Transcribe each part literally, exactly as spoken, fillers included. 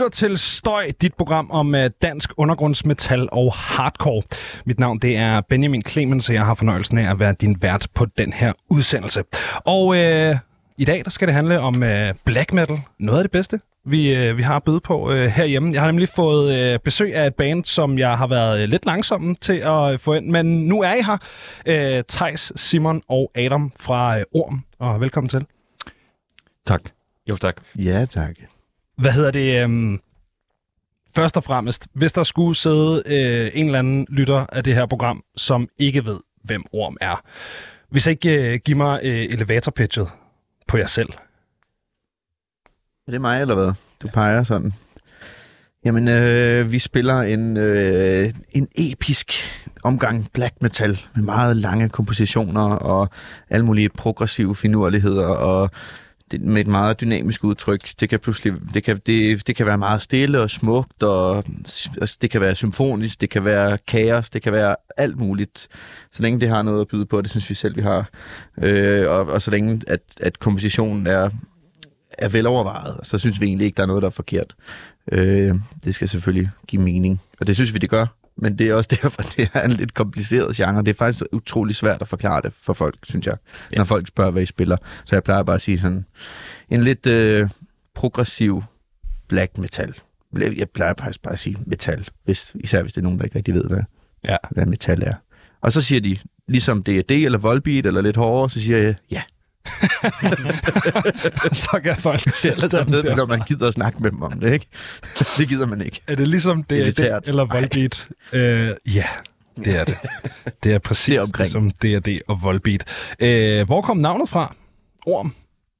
lytter til Støj, dit program om uh, dansk undergrundsmetal og hardcore. Mit navn det er Benjamin Clemens, og jeg har fornøjelsen af at være din vært på den her udsendelse. Og uh, i dag der skal det handle om uh, black metal. Noget af det bedste, vi, uh, vi har at byde på uh, herhjemme. Jeg har nemlig fået uh, besøg af et band, som jeg har været uh, lidt langsom til at uh, få ind. Men nu er I her. Uh, Theis, Simon og Adam fra uh, Orm. Og velkommen til. Tak. Jo, tak. Ja, tak. Hvad hedder det? Um, først og fremmest, hvis der skulle sidde uh, en eller anden lytter af det her program, som ikke ved, hvem Orm er. Hvis ikke uh, give mig uh, elevator-pitchet på jer selv. Er det mig, eller hvad? Du peger sådan. Jamen, øh, vi spiller en, øh, en episk omgang black metal med meget lange kompositioner og alle mulige progressive finurligheder og det, med et meget dynamisk udtryk. Det kan pludselig det kan, det, det kan være meget stille og smukt, og, og det kan være symfonisk, det kan være kaos, det kan være alt muligt. Så længe det har noget at byde på, det synes vi selv, vi har. Øh, og, og så længe, at, at kompositionen er, er velovervejet, så synes vi egentlig ikke, der er noget, der er forkert. Øh, det skal selvfølgelig give mening, og det synes vi, det gør. Men det er også derfor, det er en lidt kompliceret genre. Det er faktisk utrolig svært at forklare det for folk, synes jeg, ja. Når folk spørger, hvad I spiller. Så jeg plejer bare at sige sådan en lidt øh, progressiv black metal. Jeg plejer faktisk bare at sige metal, hvis, især hvis det er nogen, der ikke rigtig ved, hvad, ja. hvad metal er. Og så siger de, ligesom D og D eller Volbeat eller lidt hårdere, så siger jeg, ja. Så kan folk selv tage det, når man gider at snakke med dem om det, ikke? Det gider man ikke. Er det ligesom D og D eller Volbeat? Øh, ja, det er det. Det er præcis det er ligesom D og D og Volbeat. Øh, hvor kom navnet fra? Orm?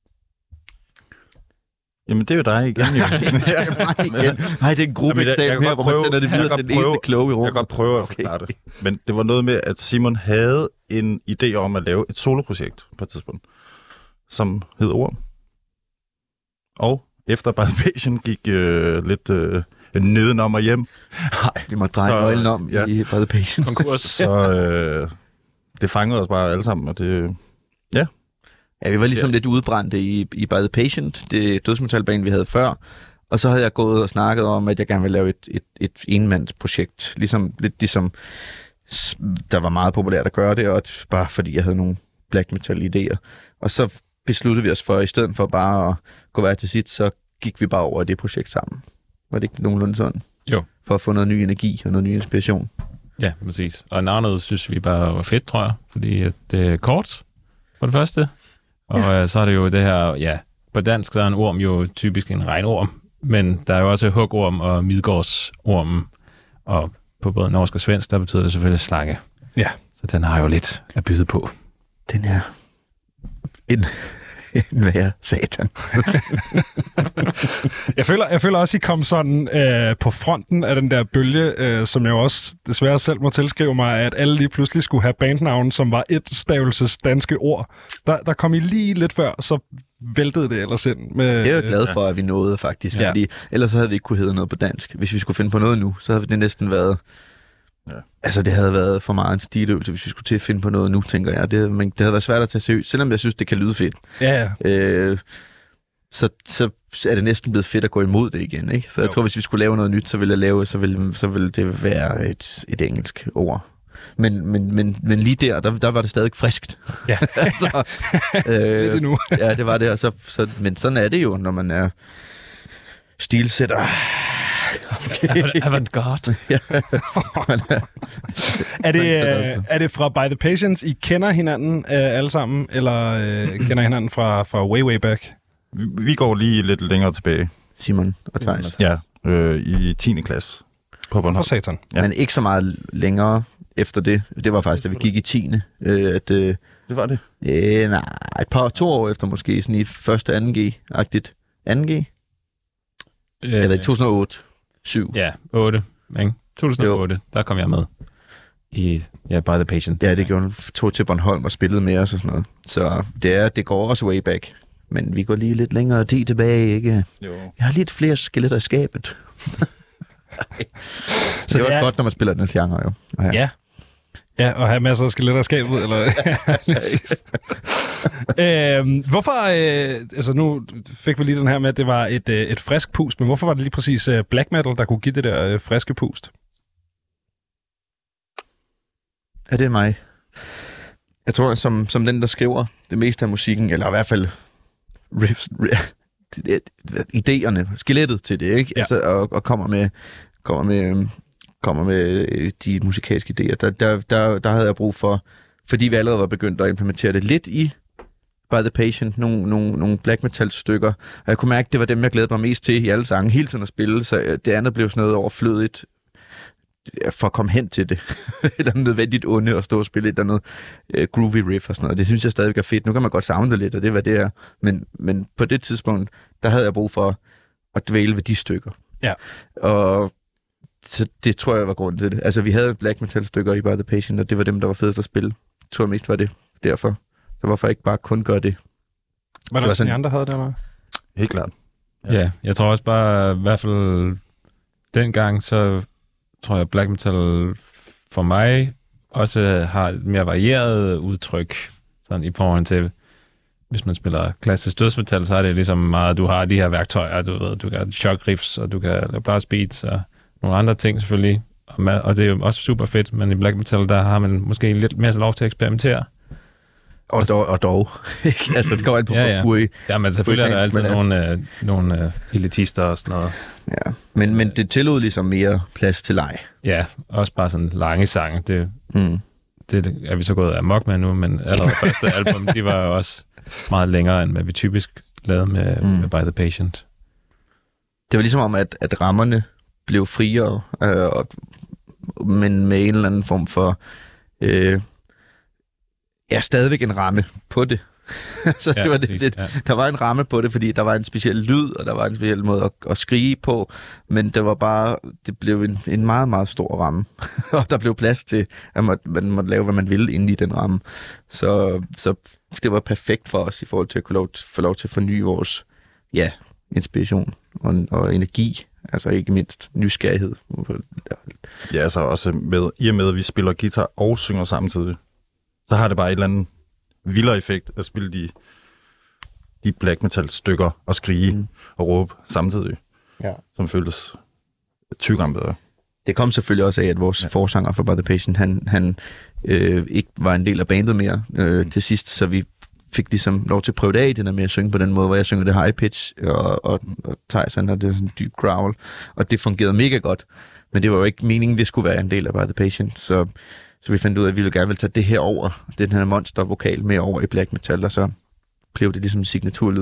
Jamen, det er jo dig igen, jo. Nej, det er en gruppe Jamen, eksamen her, hvor man sender det videre til den eneste kloge i rummet. Jeg kan godt prøve at forklare okay. det. Men det var noget med, at Simon havde en idé om at lave et soloprojekt på et tidspunkt, som hed Orm. Og efter By the Patient gik øh, lidt øh, nedenom og hjem. Nej, vi må dreje nøglen om ja. i By the Patient. Konkurs. Så øh, det fangede os bare alle sammen, og det... Ja. Ja, vi var ligesom ja. lidt udbrændte i, i By the Patient, det dødsmetalband, vi havde før. Og så havde jeg gået og snakket om, at jeg gerne ville lave et, et, et enmandsprojekt. Ligesom, lidt ligesom, der var meget populært at gøre det, og bare fordi jeg havde nogle black metal-idéer. Og så besluttede vi os for, i stedet for bare at gå hver til sit, så gik vi bare over i det projekt sammen. Var det ikke nogenlunde sådan? Jo. For at få noget ny energi og noget ny inspiration. Ja, præcis. Og navnet synes vi bare var fedt, tror jeg. Fordi det er kort, for det første. Og ja. så er det jo det her, ja, på dansk så er en orm jo typisk en regnorm, men der er jo også hugorm og midgårdsorm, og på både norsk og svensk, der betyder det selvfølgelig slange. Ja. Så den har jo lidt at byde på. Den er en, en værre satan. jeg, føler, jeg føler også, I kom sådan øh, på fronten af den der bølge, øh, som jeg også desværre selv må tilskrive mig, at alle lige pludselig skulle have bandnavn, som var et stavelses danske ord. Der, der kom I lige lidt før, så væltede det ellers ind. Med, det er jeg glad for, at vi nåede faktisk, ja. Fordi ellers så havde vi ikke kunne hedde noget på dansk. Hvis vi skulle finde på noget nu, så havde det næsten været... Ja. Altså, det havde været for meget en stiløvelse, hvis vi skulle til at finde på noget nu, tænker jeg. Det, men det havde været svært at tage seriøst, selvom jeg synes, det kan lyde fedt. Ja, ja. Øh, så, så er det næsten blevet fedt at gå imod det igen, ikke? Så jeg jo. tror, hvis vi skulle lave noget nyt, så ville, jeg lave, så ville, så ville det være et, et engelsk ord. Men, men, men, men lige der, der, der var det stadig friskt. Ja, altså, øh, det er det nu. Ja, det var det. Og så, så, men sådan er det jo, når man er stilsætter. Okay. Avantgarde. Ja. er, det, er det fra By the Patient, I kender hinanden øh, alle sammen, eller øh, kender hinanden fra, fra way, way back? Vi, vi går lige lidt længere tilbage. Simon og Theis. Ja, øh, i tiende klasse på Bornholm. For satan. Ja. Men ikke så meget længere efter det. Det var faktisk, da vi gik i tiende Øh, at, øh, det var det? Øh, nej, et par, to år efter måske, sådan i første anden G-agtigt. anden G? Øh, Eller i to tusind og otte. syv. Ja, otte. Ikke? to tusind og otte, jo. Der kom jeg med i ja, By the Patient. Ja, det gjorde hun. Tog til Bornholm og spillede med os og sådan noget. Så det, er, det går også way back. Men vi går lige lidt længere tid tilbage, ikke? Jo. Jeg har lidt flere skeletter i skabet. Så det er også er... godt, når man spiller den genre, jo. Ja. ja. Ja, og have masser af skeletter i skabet, eller... øhm, hvorfor, øh, altså nu fik vi lige den her med, at det var et, øh, et frisk pust, men hvorfor var det lige præcis øh, black metal, der kunne give det der øh, friske pust? Ja, det er mig. Jeg tror, som, som den, der skriver det meste af musikken, eller i hvert fald riffs, riff, idéerne, skelettet til det, ikke? Ja. Altså, og, og kommer med, kommer med, kommer med de musikalske idéer. Der, der, der, der havde jeg brug for, fordi vi allerede var begyndt at implementere det lidt i By the Patient, nogle, nogle, nogle black metal stykker, og jeg kunne mærke, at det var dem, jeg glædede mig mest til i alle sange, hele tiden at spille, så det andet blev sådan noget overflødigt, for at komme hen til det. Eller nødvendigt onde at stå og spille et eller andet uh, groovy riff og sådan noget. Det synes jeg stadigvæk er fedt. Nu kan man godt savne det lidt, og det er, hvad det er. Men, men på det tidspunkt, der havde jeg brug for at dvæle ved de stykker. Ja. Og så det tror jeg var grunden til det. Altså, vi havde black metal stykker i By the Patient, og det var dem, der var fedest at spille. Jeg tror mest var det derfor. Så hvorfor ikke bare kun gøre det? Var der var også sådan- en andre havde det, eller? Helt klart. Ja. ja, jeg tror også bare, i hvert fald dengang, så tror jeg, black metal for mig også har et mere varieret udtryk, sådan i forhold til, hvis man spiller klassisk dødsmetal, så er det ligesom meget, du har de her værktøjer, du ved, du kan shock riffs, og du kan lave blast beats, og nogle andre ting selvfølgelig, og, ma- og det er jo også super fedt, men i black metal, der har man måske lidt mere lov til at eksperimentere. Og dog. Og dog. Altså, det kommer an på, Ja, ja. hvor I... Ja, men selvfølgelig er der altid Men, ja. nogle, øh, nogle øh, elitister og sådan noget. Ja. Men, men det tillod ligesom mere plads til leg. Ja, også bare sådan lange sange, det, Mm. det er vi så gået amok med nu, men allerede første album, de var jo også meget længere, end hvad vi typisk lavede med, Mm. med By the Patient. Det var ligesom om, at, at rammerne blev friere, øh, og, men med en eller anden form for... Øh, ja, stadigvæk en ramme på det. Så det Ja, var det, præcis, det, ja. der var en ramme på det, fordi der var en speciel lyd, og der var en speciel måde at, at skrige på, men det var bare, det blev en, en meget, meget stor ramme, og der blev plads til, at man, man måtte lave, hvad man ville inde i den ramme. Så, så det var perfekt for os i forhold til at kunne lov, få lov til at forny vores ja, inspiration og, og energi, altså ikke mindst nysgerrighed. Ja, altså også med, i og med, at vi spiller guitar og synger samtidig, så har det bare et eller andet vildere effekt at spille de, de black metal stykker og skrige mm. og råbe samtidig, Ja. som føles tyve gange bedre. Det kom selvfølgelig også af, at vores ja. forsanger for By the Patient, han, han øh, ikke var en del af bandet mere øh, mm. til sidst, så vi fik ligesom lov til at prøve det af, det der med at synge på den måde, hvor jeg synger det high pitch, og, og, og Thijs, han har det sådan en dyb growl, og det fungerede mega godt, men det var jo ikke meningen, det skulle være en del af By the Patient, så, så vi fandt ud af, at vi ville gerne vil tage det her over, den her monstervokal med over i black metal, og så blev det ligesom en signaturlyd.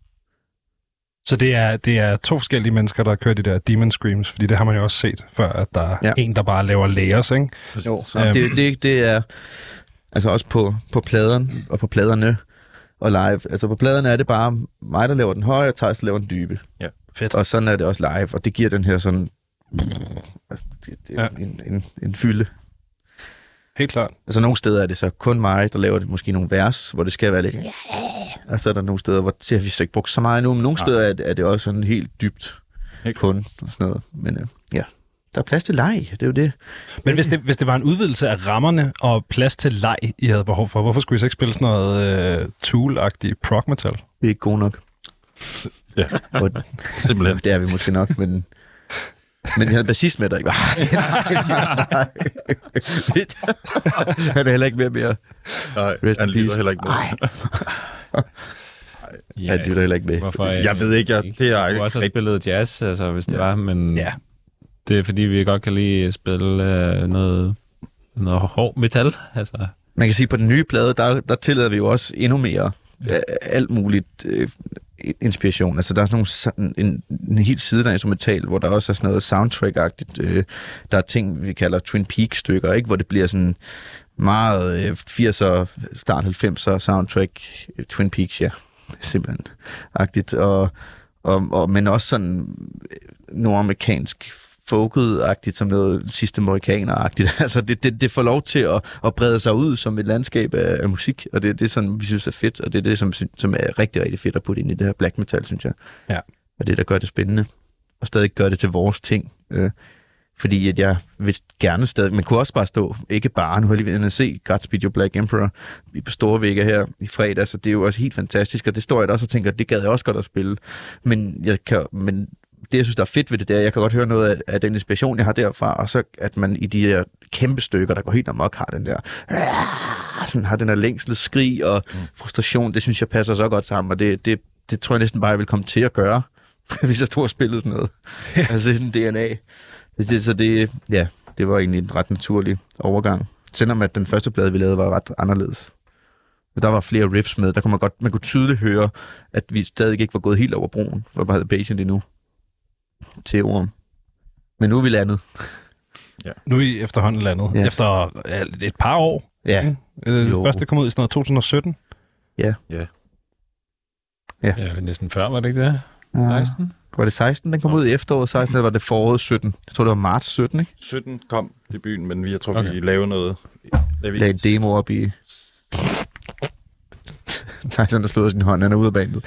Så det er, det er to forskellige mennesker, der kører de der demon screams, fordi det har man jo også set før, at der er Ja. en, der bare laver layers, ikke? Jo, og det, det, det er altså også på, på pladerne og på pladerne og live. Altså på pladerne er det bare mig, der laver den høje, og Thijs, der laver den dybe. Ja. Fedt. Og sådan er det også live, og det giver den her sådan altså, det, det er Ja. en, en, en fylde. Helt klart. Altså nogle steder er det så kun mig, der laver det måske nogle vers, hvor det skal være lidt og så er der nogle steder, hvor det har vi så ikke brugt så meget nu, men nogle steder er det, er det også sådan helt dybt Helt kun og sådan noget. Men øh, ja, der er plads til leg, det er jo det. Men hvis det, hvis det var en udvidelse af rammerne og plads til leg, I havde behov for, hvorfor skulle I så ikke spille sådan noget uh, Tool-agtig prog metal? Vi er ikke gode nok. Ja, Og simpelthen. det er vi måske nok, men... Men vi havde en bassist med, der ikke var. Nej, nej. Han er heller ikke mere mere. Nej, Rest han in lytter peace. heller ikke med. Ja, Han lytter heller ikke med. Hvorfor, Jeg ved ikke, jeg, det er Du ikke også har rigtig... spillet jazz, altså, hvis det Ja. var, men Ja. det er fordi, vi godt kan lide at spille øh, noget, noget hård metal. Altså, Man kan sige, på den nye plade, der, der tillader vi jo også endnu mere øh, alt muligt øh, inspiration. Altså, der er sådan, nogle, sådan en, en helt side af instrumental, hvor der også er sådan noget soundtrack-agtigt. Øh, der er ting, vi kalder Twin Peaks-stykker, ikke? Hvor det bliver sådan meget øh, firser, start halvfemser soundtrack, øh, Twin Peaks, ja, simpelthen agtigt. Og, og, og, men også sådan nordamerikansk folket-agtigt, som noget sidste morikaner-agtigt. Altså, det, det, det får lov til at, at brede sig ud som et landskab af, af musik, og det er det, som vi synes er fedt, og det er det, som, som er rigtig, rigtig fedt at putte ind i det her black metal, synes jeg. Ja. Og det, der gør det spændende, og stadig gør det til vores ting. Øh, Fordi at jeg vil gerne stadig... Man kunne også bare stå, ikke bare, nu har jeg lige været at se Godspeed Your Black Emperor på Storvægger her i fredag, så det er jo også helt fantastisk, og det står jeg da også og tænker, det gad jeg også godt at spille. Men, jeg kan, men det, jeg synes, der er fedt ved det, der, jeg kan godt høre noget af, af den inspiration, jeg har derfra, og så at man i de her kæmpe stykker, der går helt amok, har den der... Sådan har den der længsel, skrig og frustration, det synes jeg passer så godt sammen, og det, det, det tror jeg næsten bare, jeg vil komme til at gøre, hvis jeg stod og spillede sådan noget. Altså, det er sådan en D N A. Det, så det, ja, det var egentlig en ret naturlig overgang. Selvom at den første plade, vi lavede, var ret anderledes. Der var flere riffs med. Der kunne man godt, man kunne tydeligt høre, at vi stadig ikke var gået helt over broen, for bare havde Patient endnu til Orm. Men nu er vi landet. Ja. Nu er I efterhånden landet. Ja. Efter et par år. Ja. Det første kom ud i sådan noget to tusind og sytten. Ja. Ja. Ja. Ja, næsten før, var det ikke det? seksten? Var det seksten, den kom ud i efteråret seksten, eller var det foråret sytten? Jeg tror, det var marts sytten, ikke? sytten kom i byen, men jeg tror, Okay. vi lavede noget... Lagde en demo op i... Tyson, der slået sin hånd, han er ude af bandet.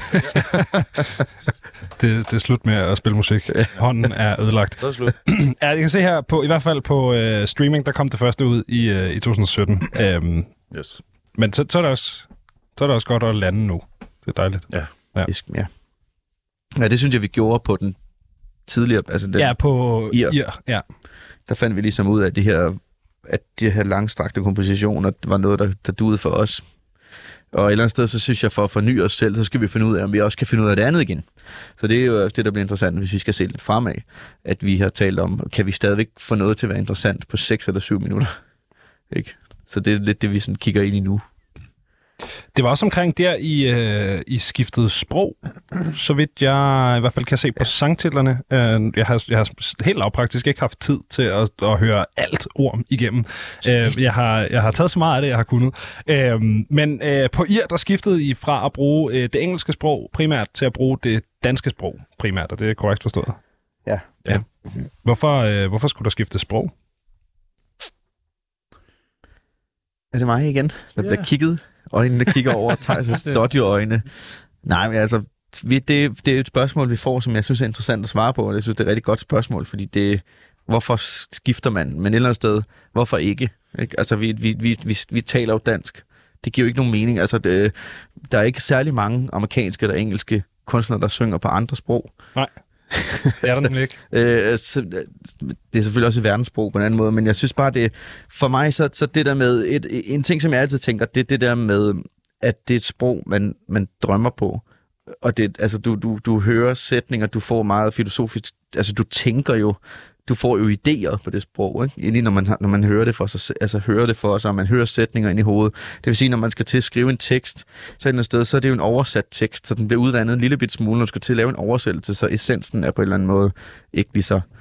det, det er slut med at spille musik. Hånden er ødelagt. Så er det slut. Ja, jeg kan se her, på, i hvert fald på øh, streaming, der kom det første ud i, øh, i to tusind og sytten. Øhm, Yes. men så, så, er det også, så er det også godt at lande nu. Det er dejligt. Ja. Ja. Ja. Ja, det synes jeg, vi gjorde på den tidligere... Altså den, Ja, på Ir. Ir. Ja. Der fandt vi ligesom ud af, det her, at de her langstrakte kompositioner var noget, der, der duede for os. Og et eller andet sted, så synes jeg, for at forny os selv, så skal vi finde ud af, om vi også kan finde ud af det andet igen. Så det er jo det, der bliver interessant, hvis vi skal se lidt fremad. At vi har talt om, kan vi stadigvæk få noget til at være interessant på seks eller syv minutter? Ikke? Så det er lidt det, vi sådan kigger ind i nu. Det var også omkring der, I, øh, I skiftede sprog, så vidt jeg i hvert fald kan se på sangtitlerne. Øh, jeg, har, jeg har helt lavpraktisk ikke haft tid til at, at høre alt ord igennem. Øh, jeg, har, jeg har taget så meget af det, jeg har kunnet. Øh, men øh, på Ir, der skiftede I fra at bruge øh, det engelske sprog primært til at bruge det danske sprog primært, og det er korrekt forstået. Ja. Ja. Hvorfor, øh, hvorfor skulle der skifte sprog? Er det mig igen, der bliver kigget? Øjnene kigger over, tager sig dodgy øjne. Nej, men altså, vi, det, det er et spørgsmål, vi får, som jeg synes er interessant at svare på, og jeg synes, det er et rigtig godt spørgsmål, fordi det, hvorfor skifter man? Men et eller andet sted, hvorfor ikke? ikke? Altså, vi, vi, vi, vi, vi taler jo dansk. Det giver jo ikke nogen mening. Altså, det, der er ikke særlig mange amerikanske eller engelske kunstnere, der synger på andre sprog. Nej. Det er der nemlig ikke. Øh, så, det er selvfølgelig også et verdenssprog på en anden måde, men jeg synes bare, det for mig, så, så det der med, et, en ting, som jeg altid tænker, det er det der med, at det er et sprog, man, man drømmer på. Og det, altså, du, du, du hører sætninger, du får meget filosofisk, altså du tænker jo, du får jo idéer på det sprog, ikke? Egentlig når man, når man hører det for sig, altså hører det for sig, og man hører sætninger ind i hovedet. Det vil sige, når man skal til at skrive en tekst, så et eller andet sted, så er det jo en oversat tekst, så den bliver udvandet en lille bit smule, når du skal til at lave en oversættelse, så essensen er på en eller anden måde ikke lige så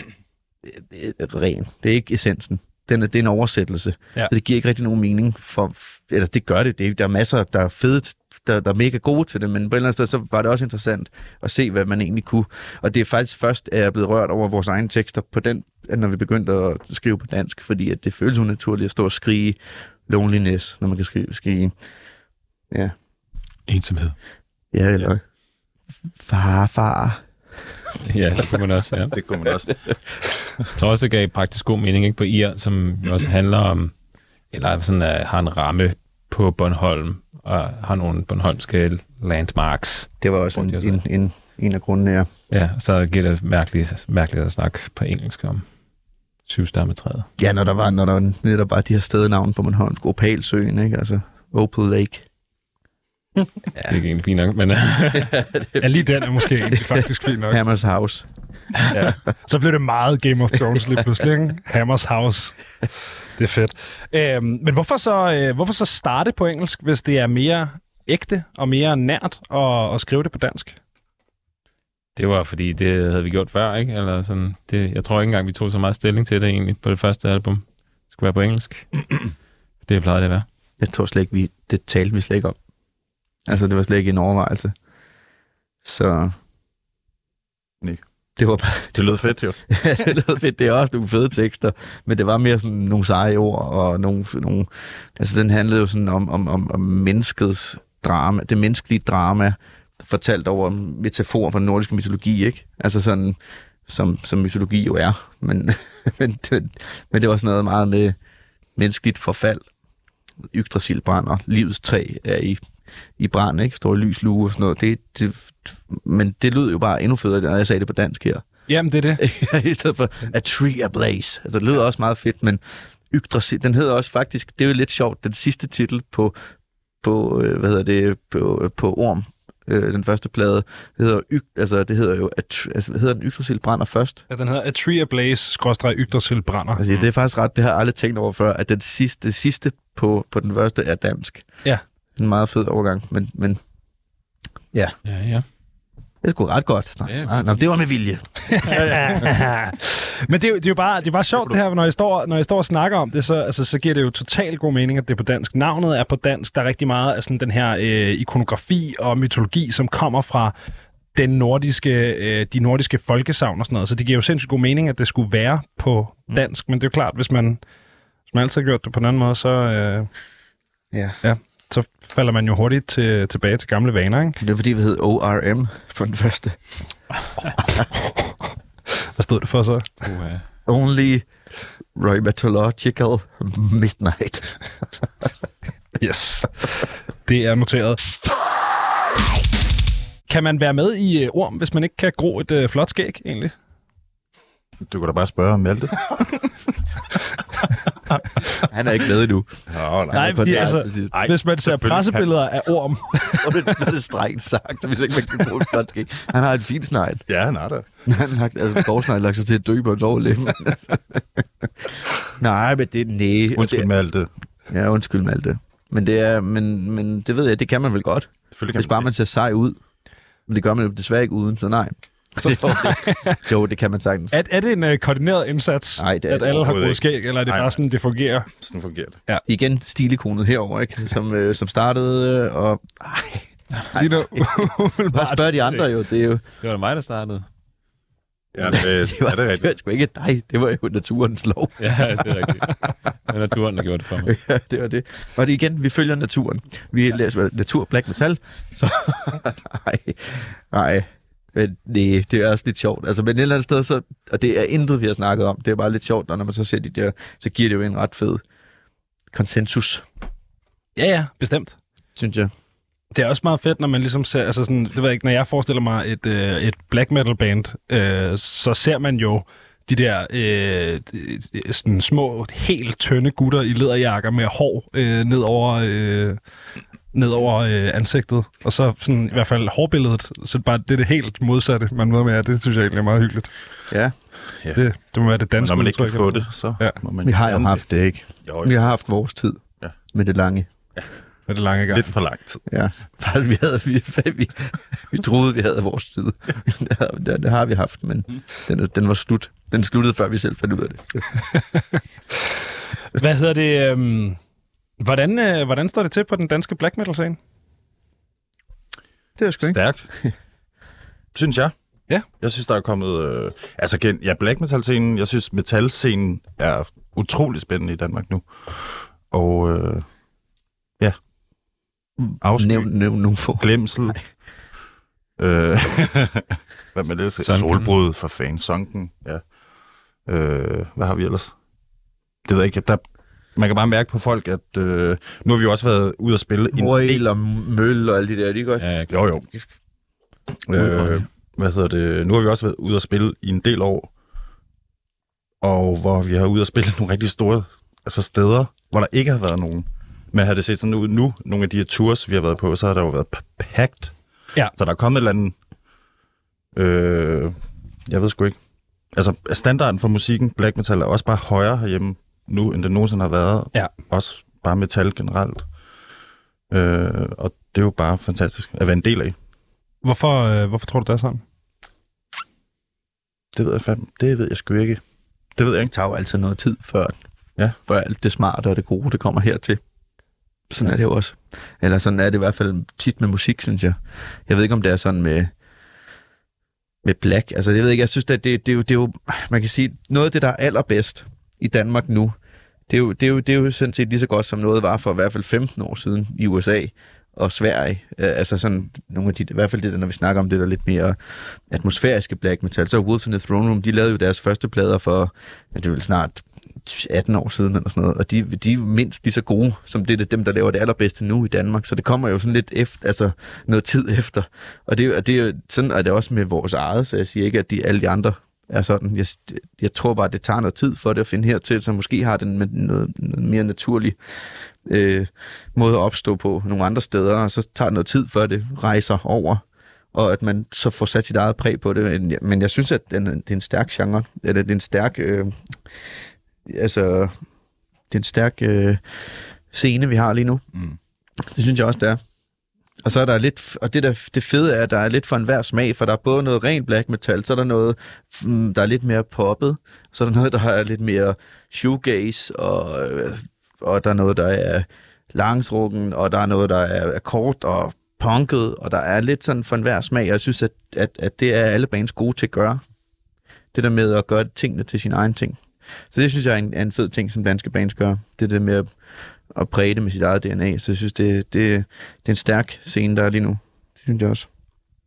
ren. Det er ikke essensen. Den er, det er en oversættelse. Ja. Så det giver ikke rigtig nogen mening for, eller det gør det. det er, der er masser, der er fede, der, der er mega gode til det, men på et eller andet sted, så var det også interessant at se, hvad man egentlig kunne. Og det er faktisk først, at jeg er blevet rørt over vores egne tekster på den, når vi begyndte at skrive på dansk, fordi at det føles unaturligt at stå og skrige loneliness, når man kan skrive, skrige. Ja. Ensomhed. Ja, eller ja. Far, far. Ja, det kunne man også, ja. Det kunne man også. Jeg tror også, det gav praktisk god mening, ikke, på Ir, som jo også handler om, eller sådan, uh, har en ramme på Bornholm, og har nogle bornholmske landmarks. Det var også en, en, en, en af grundene, ja. Ja, så giver det mærkeligt, mærkeligt at snakke på engelsk om syvstammetræet. Ja, når der var, når der var netop bare de her stednavne på Bornholm, Opalsøen, ikke? Altså, Opal Lake. Ja. Det er ikke egentlig fint nok, men... Ja, lige den er måske egentlig faktisk fint nok. Hammers House. Ja. Så blev det meget Game of Thrones lige pludselig, ikke? Hammers House. Det er fedt. Øhm, men hvorfor så, øh, hvorfor så starte på engelsk, hvis det er mere ægte og mere nært at, at skrive det på dansk? Det var fordi, det havde vi gjort før, ikke? Eller sådan, det, jeg tror ikke engang, vi tog så meget stilling til det egentlig på det første album. Det skulle være på engelsk. Det plejede det at være. Jeg tror slet ikke, vi, det talte vi slet ikke om. Altså, det var slet ikke en overvejelse. Så... Nej. Det var bare... Det lød fedt, jo. Ja, det lød fedt. Det er også nogle fede tekster, men det var mere sådan nogle seje ord, og nogle... nogle altså, den handlede jo sådan om, om, om, om menneskets drama, det menneskelige drama, fortalt over metafor fra den nordiske mytologi, ikke? Altså sådan, som, som mytologi jo er. Men, men, det, men det var sådan noget meget med menneskeligt forfald. Yggdrasil brænder, livets træ er i, i brand, ikke? Står i lys lue og sådan noget. Det, det, men det lød jo bare endnu federe, når jeg sagde det på dansk her. Jamen, det er det. I stedet for A Tree Ablaze. Altså, det lyder også meget fedt, men Yggdrasil, den hedder også faktisk, det er jo lidt sjovt, den sidste titel på, på hvad hedder det, på, på Orm, øh, den første plade, det hedder, Yg, altså, det hedder jo, at, altså, hvad hedder den, Yggdrasil brænder først? Ja, den hedder A Tree Ablaze, skråstreg Yggdrasil brænder. Altså, det er faktisk ret, det har jeg aldrig tænkt over før, at den sidste, det sidste på, på den første er dansk. Ja. En meget fed overgang, men, men ja. Ja, ja. Det er sgu ret godt. Nej, Ja. nej, nej, det var med vilje. Men det er, jo, det er jo bare, det er bare sjovt det her, når jeg står, når jeg står og snakker om det, så, altså, så giver det jo totalt god mening, at det er på dansk. Navnet er på dansk. Der er rigtig meget af sådan den her øh, ikonografi og mytologi, som kommer fra den nordiske, øh, de nordiske folkesagn og sådan noget. Så det giver jo sindssygt god mening, at det skulle være på dansk. Men det er jo klart, hvis man, hvis man altid har gjort det på den anden måde, så, øh, Ja. ja, så falder man jo hurtigt til, tilbage til gamle vaner, ikke? Det er fordi, vi hed O R M på den første. Hvad stod det for så? Uh, Only Rheumatological Midnight. Yes. Det er noteret. Kan man være med i uh, Orm, hvis man ikke kan gro et uh, flot skæg, egentlig? Du kan da bare spørge om Malte. Han er ikke med endnu. Nå, Nej, på fordi det, altså, præcis. Ej, hvis man ser selvfølgelig. pressebilleder af Orm, Og det, det er det strengt sagt, så hvis ikke man kan bruge et flot skæg. Han har et fint snegl. Ja, han er der. Han har altså gårdsnegl lagt sig til at dø på en overleve. Nej, men det er næ. Undskyld det, Malte. Ja, undskyld med alt det. Men det er, men, men det ved jeg, det kan man vel godt. Selvfølgelig kan Hvis bare man ser sej ud. Men det gør man jo desværre ikke uden, så nej. jo, det, jo, det kan man sagtens. er, er det en uh, koordineret indsats, Nej, det er at det alle har overhovedet gået ikke. skæg, eller er det Nej, bare nej. sådan, det fungerer? Sådan fungerer det. Igen stilikonet herover, ikke? Som, øh, som startede, øh, og... Ej, Lige nu, bare spørg de andre jo, det er jo... det var da mig, der startede. Ja, det, Det var, er det det var rigtigt? sgu ikke dig, det var jo naturens lov. Ja, det er rigtigt. Det er naturen, der gjorde det for mig. Ja, det var det. Og det igen, vi følger naturen. Vi læser natur, black metal, så... Ej, ej. Men det, det er også lidt sjovt. Altså, men et eller andet sted, så... Og det er intet, vi har snakket om. Det er bare lidt sjovt, når man så ser de der... Så giver det jo en ret fed konsensus, ja, ja, bestemt. synes jeg. Det er også meget fedt, når man ligesom ser, altså sådan, det ved jeg ikke, når jeg forestiller mig et, øh, et black metal band, øh, så ser man jo de der øh, sådan små, helt tynde gutter i læderjakker med hår øh, ned over, øh, ned over øh, ansigtet. Og så sådan, i hvert fald hårbilledet, så det, bare, det er det helt modsatte, man møder med. Det synes jeg egentlig er meget hyggeligt. Ja, Ja. Det, det må være det danske Når man ikke kan udtryk, få eller det, så Ja. må man vi har jo gerne haft det, ikke? Jo, Vi har haft vores tid Ja. med det lange. med det lange gang. lidt for lang tid. Ja, bare vi, havde, vi, vi, vi troede, vi havde vores tid. det, det, det har vi haft, men den, den var slut. Den sluttede, før vi selv fandt ud af det. Hvad hedder det? Øhm, hvordan, øh, hvordan står det til på den danske black metal scene? Det er sgu ikke. Stærkt. Synes jeg. Ja. Jeg synes, der er kommet... Øh, altså, igen, ja, black metal-scenen, jeg synes, metal-scenen er utrolig spændende i Danmark nu. Og øh, ja. Afsky, Nævn, nævn nogle få. glemsel. Øh, hvad med det? Sunken. Solbrud for fanden. Sunken, ja. Øh, hvad har vi ellers? Det ved jeg ikke. Der, man kan bare mærke på folk, at øh, nu har vi jo også været ude at spille en Royal og Møl og alle de der, de også. Ja, Jo, jo. Øh, hvad hedder det? Nu har vi også været ude at spille i en del år, og hvor vi har ude at spille nogle rigtig store altså steder, hvor der ikke har været nogen. Men havde det set sådan ud nu, nogle af de her tours, vi har været på, så har der jo været packed. Ja. Så der er kommet et eller andet... Øh, jeg ved sgu ikke. Altså, standarden for musikken, black metal, er også bare højere herhjemme nu, end det nogensinde har været. Ja. Også bare metal generelt. Øh, og det er jo bare fantastisk at være en del af. Hvorfor, øh, hvorfor tror du, det er sådan? Det ved jeg fandme. Det ved jeg sgu ikke. Det ved jeg ikke. Det tager jo altid noget tid, før, Ja. før alt det smarte og det gode, det kommer hertil. Sådan er det jo også. Eller sådan er det i hvert fald tit med musik, synes jeg. Jeg ved ikke, om det er sådan med, med black. Altså, jeg ved ikke, jeg synes, at det, det, er jo, det er jo, man kan sige, noget af det, der er allerbedst i Danmark nu, det er jo, det er jo, det er jo sådan set lige så godt, som noget var for i hvert fald femten år siden i U S A. og Sverige. Øh, altså sådan nogle af de, i hvert fald det der, når vi snakker om det der lidt mere atmosfæriske black metal, så Wolves in the Throne Room, de lavede jo deres første plader for, ja, det er vel snart atten år siden eller sådan noget, og de, de er mindst lige så gode, som det er dem, der laver det allerbedste nu i Danmark, så det kommer jo sådan lidt efter, altså noget tid efter. Og det, og det er sådan, og det er også med vores eget, så jeg siger ikke, at de, alle de andre er sådan. Jeg, jeg tror bare, at det tager noget tid for det at finde hertil, så måske har den med noget, noget mere naturlig øh, måde at opstå på nogle andre steder, og så tager det noget tid, før det rejser over, og at man så får sat sit eget præg på det. Men jeg synes, at det er en stærk genre, eller det er en stærk... Øh, altså, det er en stærk øh, scene, vi har lige nu. Mm. Det synes jeg også, det er. Og så er der lidt, og det der det fede er, at der er lidt for enhver smag, for der er både noget ren black metal, så er der noget, der er lidt mere poppet, så er der noget, der er lidt mere shoegaze, og, og der er noget, der er langstrukken, og der er noget, der er kort og punket, og der er lidt sådan for enhver smag, og jeg synes, at, at, at det er alle bands gode til at gøre. Det der med at gøre tingene til sin egen ting. Så det synes jeg er en, er en fed ting, som danske bands gør. Det der med at, at præge det med sit eget D N A. Så jeg synes, det, det, det er en stærk scene, der er lige nu. Det synes jeg også.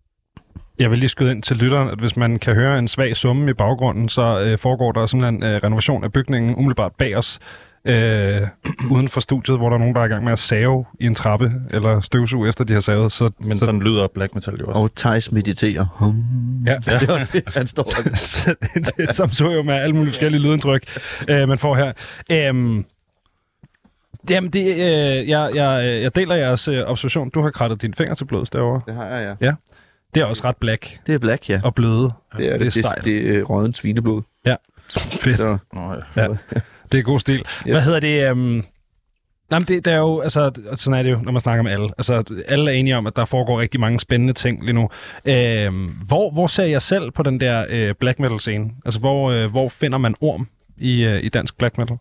Jeg vil lige skyde ind til lytteren, at hvis man kan høre en svag summe i baggrunden, så øh, foregår der simpelthen øh, renovation af bygningen umiddelbart bag os, øh, uden for studiet, hvor der er nogen, der er i gang med at save i en trappe, eller støvsuge efter de har savet. Så, Men så, sådan lyder black metal jo også. Og Thijs mediterer. Hum. Ja. Det er også det, han står der. Som så jo med alle mulige forskellige lydindtryk, øh, man får her. Øhm, jamen, det, øh, jeg, jeg, jeg deler jeres øh, observation. Du har krattet dine fingre til blods derovre. Det har jeg, ja. Ja. Det er også ret black. Det er black, ja. Og bløde. Det er det. Det er, det er rådent svineblod. Ja. Fedt. Så. Nå, ja. Ja. Det er god stil. Yes. Hvad hedder det? Um... Nej, men det, det er jo, altså, sådan er det jo, når man snakker med alle. Altså, alle er enige om, at der foregår rigtig mange spændende ting lige nu. Øhm, hvor, hvor ser jeg selv på den der øh, black metal scene? Altså, hvor, øh, hvor finder man orm i, øh, i dansk black metal?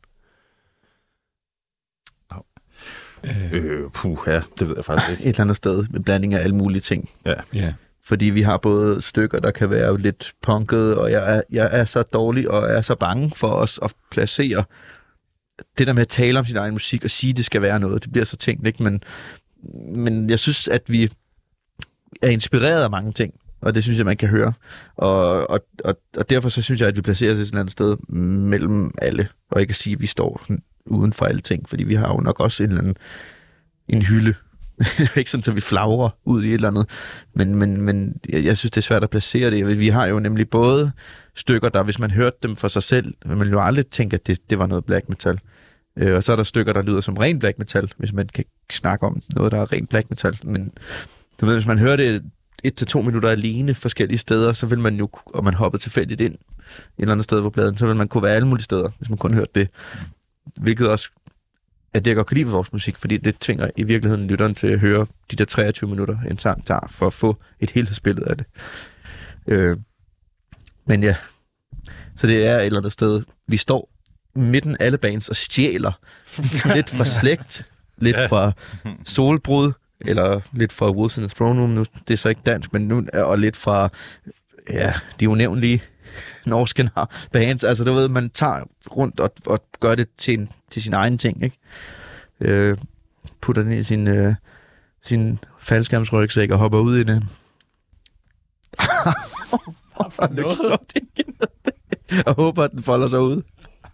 Øh, puh, ja, det ved jeg faktisk ikke. Et eller andet sted med blanding af alle mulige ting. Ja. Ja. Fordi vi har både stykker, der kan være lidt punkede, og jeg er, jeg er så dårlig og er så bange for os at placere det der med at tale om sin egen musik og sige, at det skal være noget. Det bliver så tænkt, ikke? Men, men jeg synes, at vi er inspireret af mange ting, og det synes jeg, man kan høre. Og, og, og, og derfor så synes jeg, at vi placerer os et eller andet sted mellem alle, og ikke at sige, at vi står uden for alle ting, fordi vi har jo nok også en eller anden en hylde. Ikke sådan, at vi flagrer ud i et eller andet. Men, men, men jeg, jeg synes, det er svært at placere det. Vi har jo nemlig både stykker, der, hvis man hørte dem for sig selv, vil man jo aldrig tænke, at det, det var noget black metal. Øh, og så er der stykker, der lyder som ren black metal, hvis man kan snakke om noget, der er ren black metal. Men du ved, hvis man hører det et til to minutter alene forskellige steder, så vil man jo, og man hoppede tilfældigt ind et eller andet sted på pladen, så vil man kunne være alle mulige steder, hvis man kun hørte det. Hvilket også at det jeg godt kan lide ved vores musik, fordi det tvinger i virkeligheden lytteren til at høre de der treogtyve minutter, en sang tager, for at få et helhedsbillede af det. Øh, men ja, så det er et eller andet sted, vi står midten alle bands og stjæler lidt fra slægt, lidt ja. fra solbrud, eller lidt fra Wolves in the Throne Room, nu, det er så ikke dansk, men nu, og lidt fra ja, de unævnlige norske bands. Altså, du ved, man tager rundt og, og gør det til, en, til sin egen ting, ikke? Øh, putter den i sin, øh, sin faldskærmsrygsæk og hopper ud i det. Og håber, at den folder sig ud.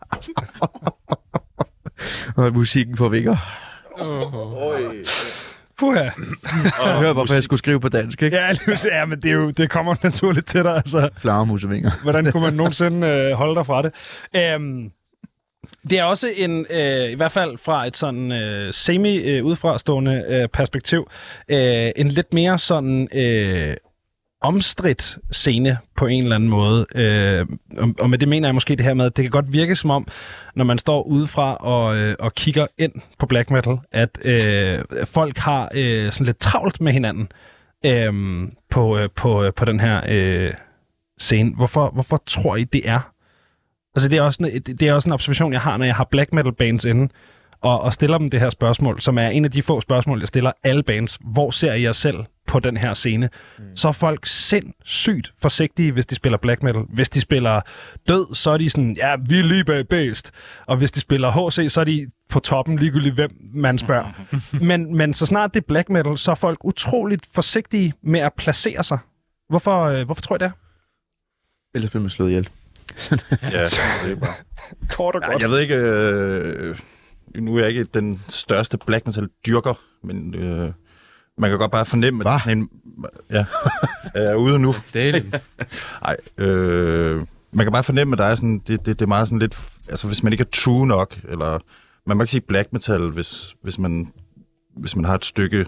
Og musikken får vinger. Oj. Puha. Jeg hører, hvorfor jeg skulle skrive på dansk, ikke? Ja, ja, men det, er jo, det kommer naturligt til dig. Altså. Flagermusevinger. Hvordan kunne man nogensinde øh, holde dig fra det? Øhm, det er også en, øh, i hvert fald fra et sådan øh, semi-udefrastående øh, perspektiv, øh, en lidt mere sådan øh, omstridt scene på en eller anden måde. Øh, og, og med det mener jeg måske det her med, at det kan godt virke som om, når man står udefra og, øh, og kigger ind på black metal, at øh, folk har øh, sådan lidt travlt med hinanden øh, på, øh, på, øh, på den her øh, scene. Hvorfor, hvorfor tror I, det er? Altså, det er, også en, det er også en observation, jeg har, når jeg har black metal bands inde, og, og stiller dem det her spørgsmål, som er en af de få spørgsmål, jeg stiller alle bands. Hvor ser I jer selv på den her scene? Mm. Så er folk sindssygt forsigtige, hvis de spiller black metal. Hvis de spiller død, så er de sådan, ja, vi er lige bag bedst. Og hvis de spiller H C, så er de på toppen, ligegyldigt hvem man spørger. men, men så snart det er black metal, så er folk utroligt forsigtige med at placere sig. Hvorfor, øh, hvorfor tror jeg det er? Ellers bliver man slået ihjel. Ja, det er bare... Kort og Ja, godt. jeg ved ikke... Øh... Nu er jeg ikke den største black metal dyrker, men øh... man kan godt bare fornemme... Hva? En... Ja, jeg er ude nu. Det Nej, øh... man kan bare fornemme, at der er sådan... Det, det, det er meget sådan lidt... Altså, hvis man ikke er true nok, eller... Man må ikke sige black metal, hvis, hvis, man, hvis man har et stykke,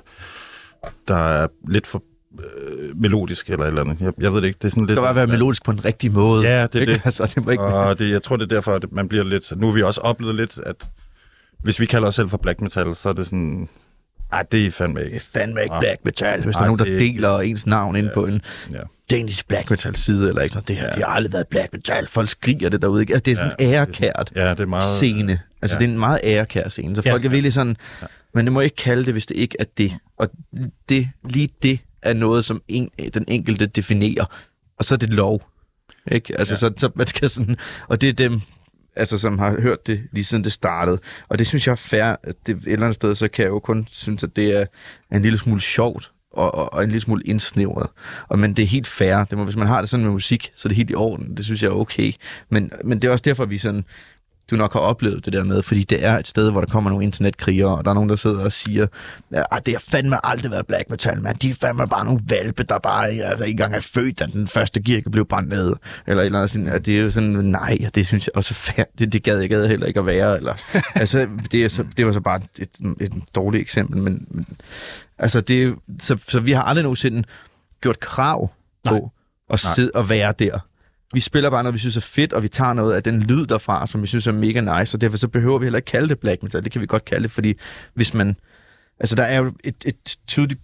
der er lidt for øh, melodisk eller et eller andet. Jeg, jeg ved det ikke. Det er sådan Det lidt... skal bare være melodisk på en rigtig måde. Ja, det er ikke? det. Altså, det må ikke... Og det, jeg tror, det er derfor, at man bliver lidt... Nu har vi også oplevet lidt, at hvis vi kalder os selv for black metal, så er det sådan... Ej, det er fandme ikke. Det er fandme ikke Ja. black metal. Hvis Ej, der er nogen, der det er deler ens navn ind Ja. på en Ja. danish black metal side, eller ikke sådan, det her, Ja. det har aldrig været black metal. Folk skriger det derude. Ikke? Altså, det er sådan en Ja, ærekært Ja, det er meget... scene. Altså, Ja. det er en meget ærekær scene. Så Ja. folk er virkelig sådan... Men det må ikke kalde det, hvis det ikke er det. Og det, lige det er noget, som en, den enkelte definerer. Og så er det lov. Ikke? Altså, Ja. så, så man skal sådan... Og det er dem, altså, som har hørt det lige siden det startede. Og det synes jeg er fair. At det, et eller andet sted, så kan jeg jo kun synes, at det er en lille smule sjovt. Og, og, og en lille smule indsnævret. Og, men det er helt fair. Det må, hvis man har det sådan med musik, så er det helt i orden. Det synes jeg er okay. Men, men det er også derfor, vi sådan... du nok har oplevet det der med, fordi det er et sted, hvor der kommer nogle internetkrigere, og der er nogen, der sidder og siger, at det har fandme aldrig været black metal, man. De er fandme bare nogle valpe, der bare altså, ikke engang er født, da den første kirke blev brændt ned. Eller et eller andet sådan, at det er jo sådan, nej, det synes jeg også er fair. Det, det gad jeg gad heller ikke at være. Eller, altså, det, er så, det var så bare et, et, et dårligt eksempel, men, men altså, det er, så, så vi har aldrig nogensinde gjort krav på Nej. at sidde og være der. Vi spiller bare noget, vi synes er fedt, og vi tager noget af den lyd derfra, som vi synes er mega nice, og derfor så behøver vi heller ikke kalde det black metal. Det kan vi godt kalde det, fordi hvis man... Altså, der er jo et, et tydeligt,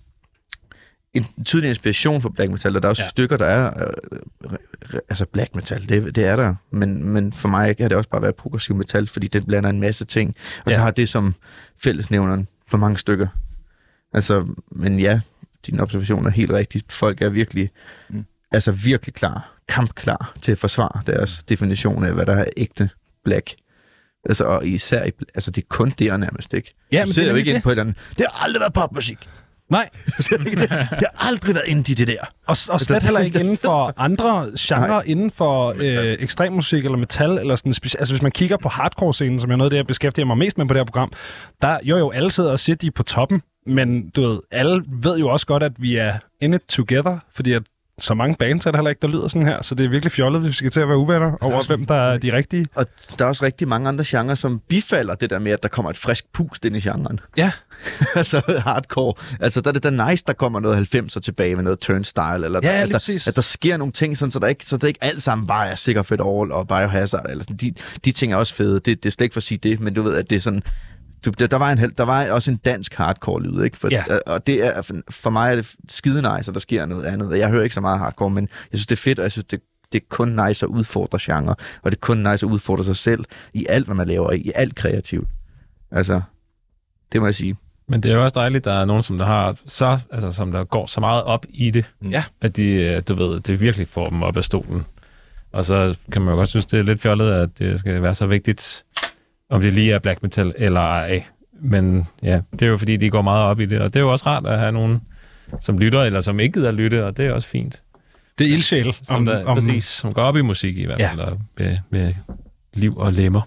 en tydelig inspiration for black metal, og der er også Ja. stykker, der er... Øh, altså, black metal, det, det er der. Men, men for mig kan det også bare være progressiv metal, fordi det blander en masse ting. Og Ja. så har det som fællesnævneren for mange stykker. Altså, men ja, din observation er helt rigtig. Folk er virkelig... Mm. Altså, virkelig klar. Kampklar til at forsvare deres definition af, hvad der er ægte black. Altså, og især, i, altså, det er kun det, nærmest, ikke? Ja, Du men sidder det er jo ikke nemlig inde på et eller andet. Det har aldrig været popmusik. Nej, Du sidder ikke det. Jeg har aldrig været inde i det der. og, og slet heller ikke inden for andre genrer, inden for øh, ekstremmusik eller metal, eller sådan speci- altså hvis man kigger på hardcore-scenen, som er noget af det, jeg beskæftiger mig mest med på det her program, der jo jo alle sidder og siger, de er på toppen, men du ved, alle ved jo også godt, at vi er in it together, fordi at så mange bands er der heller ikke, der lyder sådan her, så det er virkelig fjollet, hvis vi skal til at være uvenner over, hvem der er de rigtige. Og der er også rigtig mange andre genrer, som bifalder det der med, at der kommer et frisk pust ind i genren. Ja, Altså hardcore. Altså der er det da nice, der kommer noget halvfemser tilbage med noget turnstyle, eller Ja, der, lige at, der, præcis. at der sker nogle ting, sådan, så, der ikke, så det ikke alt sammen bare er Sicker Fedt All og Biohazard. Eller sådan. De, de ting er også fede. Det, det er slet ikke for at sige det, men du ved, at det er sådan... Du, der, der, var en, hel- der var også en dansk hardcore-lyd, ikke? For, Ja. Og det er, for, for mig er det skide nice, at der sker noget andet. Jeg hører ikke så meget hardcore, men jeg synes, det er fedt, og jeg synes, det, det er kun nice at udfordre genre, og det er kun nice at udfordre sig selv i alt, hvad man laver, i alt kreativt. Altså, det må jeg sige. Men det er jo også dejligt, at der er nogen, som der har så, altså, som der går så meget op i det, Ja. at de, øh, du ved, det virkelig får dem op af stolen. Og så kan man jo godt synes, det er lidt fjollet, at det skal være så vigtigt, om det lige er black metal eller ej. Men ja, det er jo fordi, de går meget op i det, og det er jo også rart at have nogen, som lytter, eller som ikke gider lytte, og det er også fint. det er ildsjæl. Som, der, om... præcis, som går op i musik i hvert Ja. fald, og med, med liv og lemmer.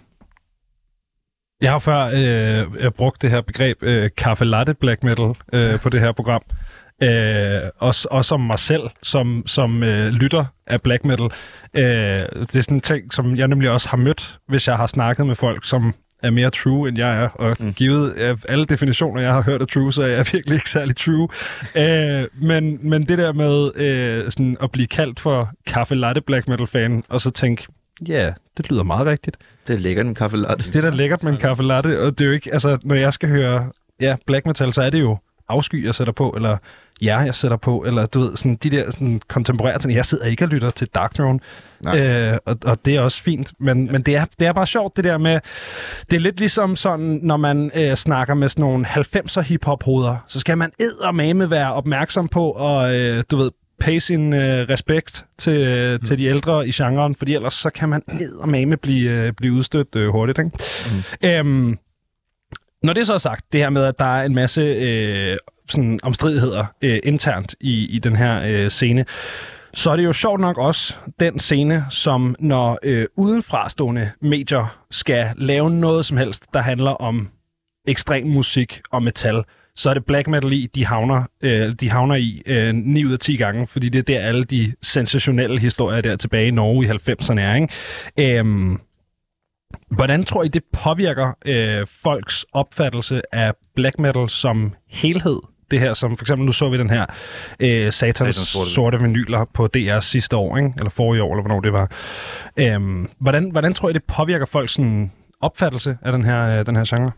Jeg har før øh, brugt det her begreb øh, kaffe latte black metal øh, på det her program. Øh, også, også som mig selv, som, som øh, lytter af black metal. Øh, det er sådan en ting, som jeg nemlig også har mødt, hvis jeg har snakket med folk, som er mere true, end jeg er. Og mm. givet af alle definitioner, jeg har hørt af true, så er jeg virkelig ikke særlig true. øh, men, men det der med øh, sådan at blive kaldt for kaffe latte black metal fan, og så tænke, ja, yeah, det lyder meget rigtigt. Det er lækkert en kaffe latte. Det er da lækkert med en kaffe latte, og det er jo ikke, altså, når jeg skal høre ja, black metal, så er det jo afsky, jeg sætter på, eller jer, jeg sætter på, eller du ved, sådan de der sådan, kontemporære ting. Jeg sidder ikke og lytter til Dark Throne, øh, og, og det er også fint, men, men det, er, det er bare sjovt, det der med, det er lidt ligesom sådan, når man øh, snakker med sådan nogle halvfemser hiphop-hoveder, så skal man eddermame være opmærksom på, og øh, du ved, pay sin øh, respekt til, øh, mm. til de ældre i genren, fordi ellers så kan man eddermame blive, øh, blive udstødt øh, hurtigt, ikke? Mm. Øhm, når det så er sagt, det her med, at der er en masse øh, sådan omstridigheder øh, internt i, i den her øh, scene, så er det jo sjovt nok også den scene, som når øh, udenfrastående medier skal lave noget som helst, der handler om ekstrem musik og metal, så er det black metal i, de havner, øh, de havner i øh, ni ud af ti gange, fordi det er der alle de sensationelle historier der tilbage i Norge i halvfemserne er, ikke? Øhm, hvordan tror I, det påvirker øh, folks opfattelse af black metal som helhed? Det her, som for eksempel, nu så vi den her øh, Satans sorte, sorte vinyler på D R sidste år, ikke? Eller forrige år, eller hvornår det var. Øhm, hvordan, hvordan tror I, det påvirker folks sådan, opfattelse af den her, øh, den her genre?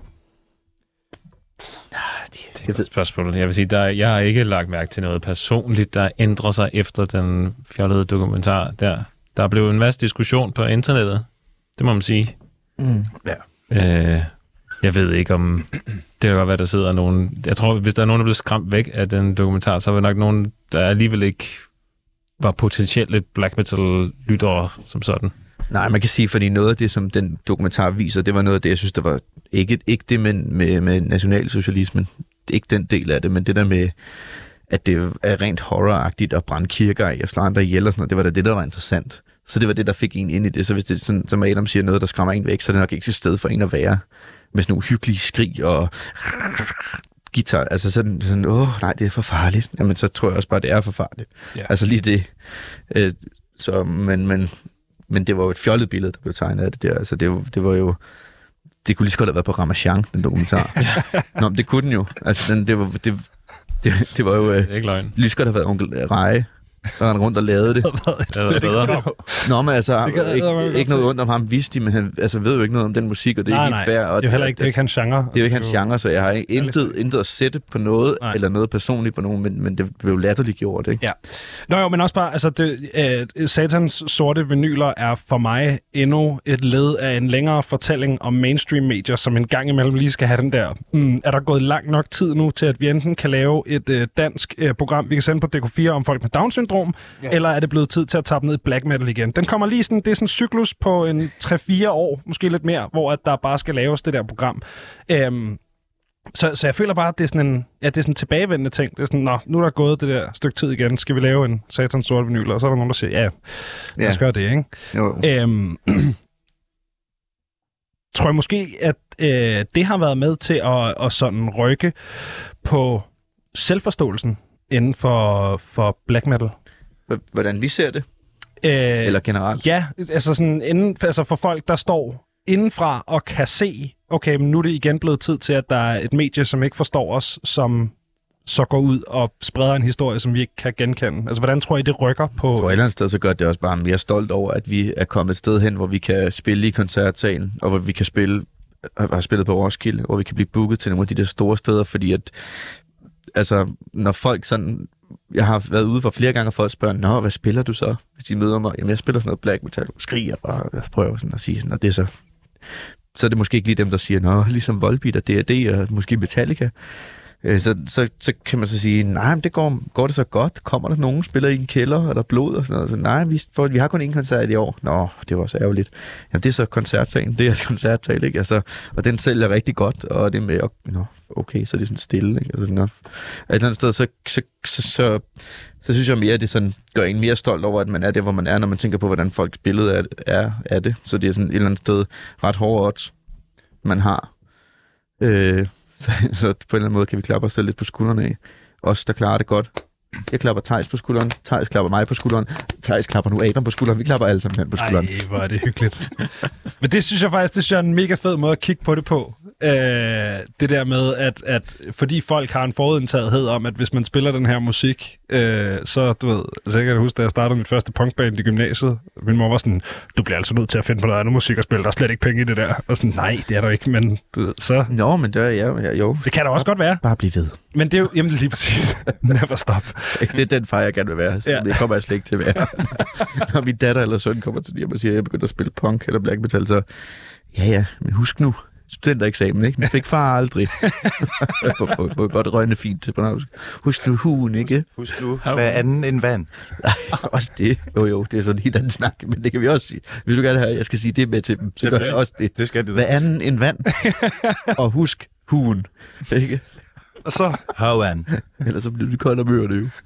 Det er et spørgsmål. Jeg vil sige, der, jeg har ikke lagt mærke til noget personligt, der ændrer sig efter den fjollede dokumentar der. Der blev en masse diskussion på internettet. Det må man sige. Mm. Ja. Øh, jeg ved ikke om... Det kan godt være, der sidder nogen... Jeg tror, hvis der er nogen, der bliver skræmt væk af den dokumentar, så er der nok nogen, der alligevel ikke var potentielle black metal-lyttere som sådan. Nej, man kan sige, fordi noget af det, som den dokumentar viser, det var noget af det, jeg synes, der var ikke, ikke det med, med, med nationalsocialismen. Ikke den del af det, men det der med, at det er rent horroragtigt at brænde kirker af og slå andre ihjel og sådan noget, det var da det, der var interessant. Så det var det, der fik en ind i det. Så hvis det sådan, som Adam siger, noget, der skræmmer en væk, så er det nok ikke et sted for en at være med sådan nogle hyggelige skrig og guitar. Altså sådan, sådan åh, nej, det er for farligt. Jamen, så tror jeg også bare, det er for farligt. Yeah. Altså lige det. Øh, så, men, men, men det var jo et fjollet billede, der blev tegnet af det der. Altså det, det var jo... Det kunne lige så godt have været på Ramachan, den dokumentar. Nå, men det kunne den jo. Altså, den, det, var, det, det, det var jo... Det er ikke løgn. Lige så godt have været onkel Reje, der han rundt og lavede det. Det havde været bedre. Nå, men altså, ikke, ikke noget ondt om ham, vidste de, men han altså, ved jo ikke noget om den musik, og det er nej, ikke nej. fair. Og det er jo heller ikke, det er ikke hans genre. Det er jo ikke hans genre, så jeg har ikke intet, intet at sætte på noget, nej. Eller noget personligt på nogen, men, men det blev latterligt gjort, ikke? Ja. Nå jo, men også bare, altså, det, øh, Satans sorte vinyler er for mig endnu et led af en længere fortælling om mainstream-medier, som en gang imellem lige skal have den der. Mm, er der gået lang nok tid nu til, at vi enten kan lave et øh, dansk øh, program, vi kan sende på D K fire om folk med Down-syndrom, ja. Eller er det blevet tid til at tappe ned i black metal igen? Den kommer lige sådan, det er sådan en cyklus på en tre fire år, måske lidt mere, hvor at der bare skal laves det der program. Øhm, så, så jeg føler bare, at det er sådan en, ja, det er sådan en tilbagevendende ting. Det er sådan, nå, nu er der gået det der stykke tid igen, skal vi lave en Satans sorte vinyl? Og så er der nogen, der siger, ja, lad os gøre det, ikke? Jo. Øhm, tror jeg måske, at øh, det har været med til at, at sådan rykke på selvforståelsen inden for, for black metal. Hvordan vi ser det? Øh, Eller generelt? Ja, altså, sådan inden, altså for folk, der står indenfra og kan se, okay, men nu er det igen blevet tid til, at der er et medie, som ikke forstår os, som så går ud og spreder en historie, som vi ikke kan genkende. Altså, hvordan tror I, det rykker på... På et eller andet sted, så gør det også bare mere stolt over, at vi er kommet et sted hen, hvor vi kan spille i koncertsalen, og hvor vi kan spille, har spillet på Roskilde, hvor vi kan blive booket til nogle af de der store steder, fordi at, altså, når folk sådan... Jeg har været ude for flere gange, og folk spørger, nå, hvad spiller du så, hvis de møder mig? Jamen, jeg spiller sådan noget black metal, skriger bare, jeg prøver sådan at sige sådan, og det er så... Så er det måske ikke lige dem, der siger, nå, ligesom Volbeat og D R D og måske Metallica. Så, så, så kan man så sige, nej, men det går, går det så godt? Kommer der nogen, spiller i en kælder, eller blod og sådan noget? Så nej, vi, for, vi har kun én koncert i år. Nå, det var også ærgerligt. Jamen, det er så koncertsagen, det er koncertsal, ikke? Altså, og den sælger rigtig godt, og det er med, nå, okay, så er det sådan stille, ikke? Altså, nå. Et eller andet sted, så, så, så, så, så synes jeg mere, at det sådan gør en mere stolt over, at man er der, hvor man er, når man tænker på, hvordan folks billede er, er, er det. Så det er sådan et eller andet sted ret hårde odds, man har. Øh, Så, så på en eller anden måde kan vi klappe os selv lidt på skuldrene af. Os, der klarer det godt. Jeg klapper Theis på skulderen. Theis klapper mig på skulderen. Theis klapper nu Adam på skulderen. Vi klapper alle sammen på skulderen. Ej, hvor er det hyggeligt. Men det synes jeg faktisk, det synes jeg er en mega fed måde at kigge på det på. Øh, det der med, at, at fordi folk har en forudindtagethed om, at hvis man spiller den her musik, øh, så, du ved, altså jeg kan huske, da jeg startede mit første punkband i gymnasiet, min mor var sådan, du bliver altså nødt til at finde på noget andet musik og spille, der er slet ikke penge i det der. Og sådan, nej, det er der ikke, men du ved, så... Nå, men det er ja, ja, jo. Det kan der også godt være. Bare blive ved. men det er jo jamen, lige præcis. Never stop. Det er den far, jeg gerne vil være. Så Ja. det kommer jeg slet ikke til at være. Når min datter eller søn kommer til hjem og siger, at jeg begynder at spille punk eller black metal, så ja, ja, men husk nu, studentereksamen, ikke? Men fik far aldrig. på, på, på godt røgende fint til på husk nu hugen, ikke? Husk nu, hvad anden end vand. Også det. Jo, jo, det er sådan en helt anden snak, men det kan vi også sige. Vil du gerne have, at jeg skal sige det med til dem, så gør jeg også det. Det skal det. Hvad anden end vand? Og husk hugen, ikke? Og så... Havan. Ellers så bliver det koldt og mør det jo.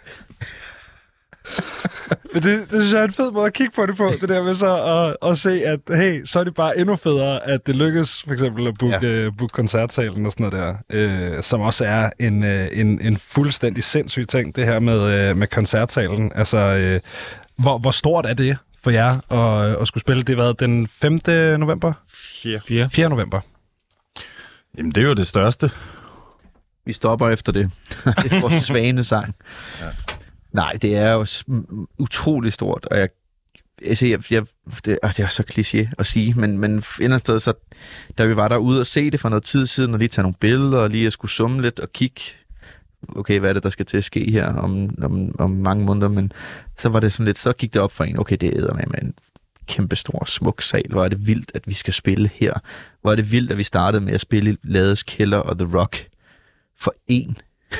Men det, det synes jeg er en fed måde at kigge på det på, det der med så at, at se, at hey, så er det bare endnu federe, at det lykkes for eksempel at booke, ja. uh, booke koncertsalen og sådan noget der, uh, som også er en, uh, en, en fuldstændig sindssyg ting, det her med, uh, med koncertsalen. Altså, uh, hvor, hvor stort er det for jer at, at skulle spille? Det har været den femte november? Fjerde. fjerde november. Jamen, det er jo det største. Vi stopper efter det. Det er vores svanesang. Ja. Nej, det er jo utrolig stort, og jeg, altså, jeg, jeg det, det er så kliché at sige, men, men et eller andet sted, så, da vi var derude og se det for noget tid siden, og lige tage nogle billeder, og lige at skulle summe lidt og kigge, okay, hvad er det, der skal til at ske her om, om, om mange måneder, men så var det sådan lidt, så gik det op for en, okay, det er med en kæmpe stor, smuk sal, hvor er det vildt, at vi skal spille her, hvor er det vildt, at vi startede med at spille i Lades Kælder og The Rock for én.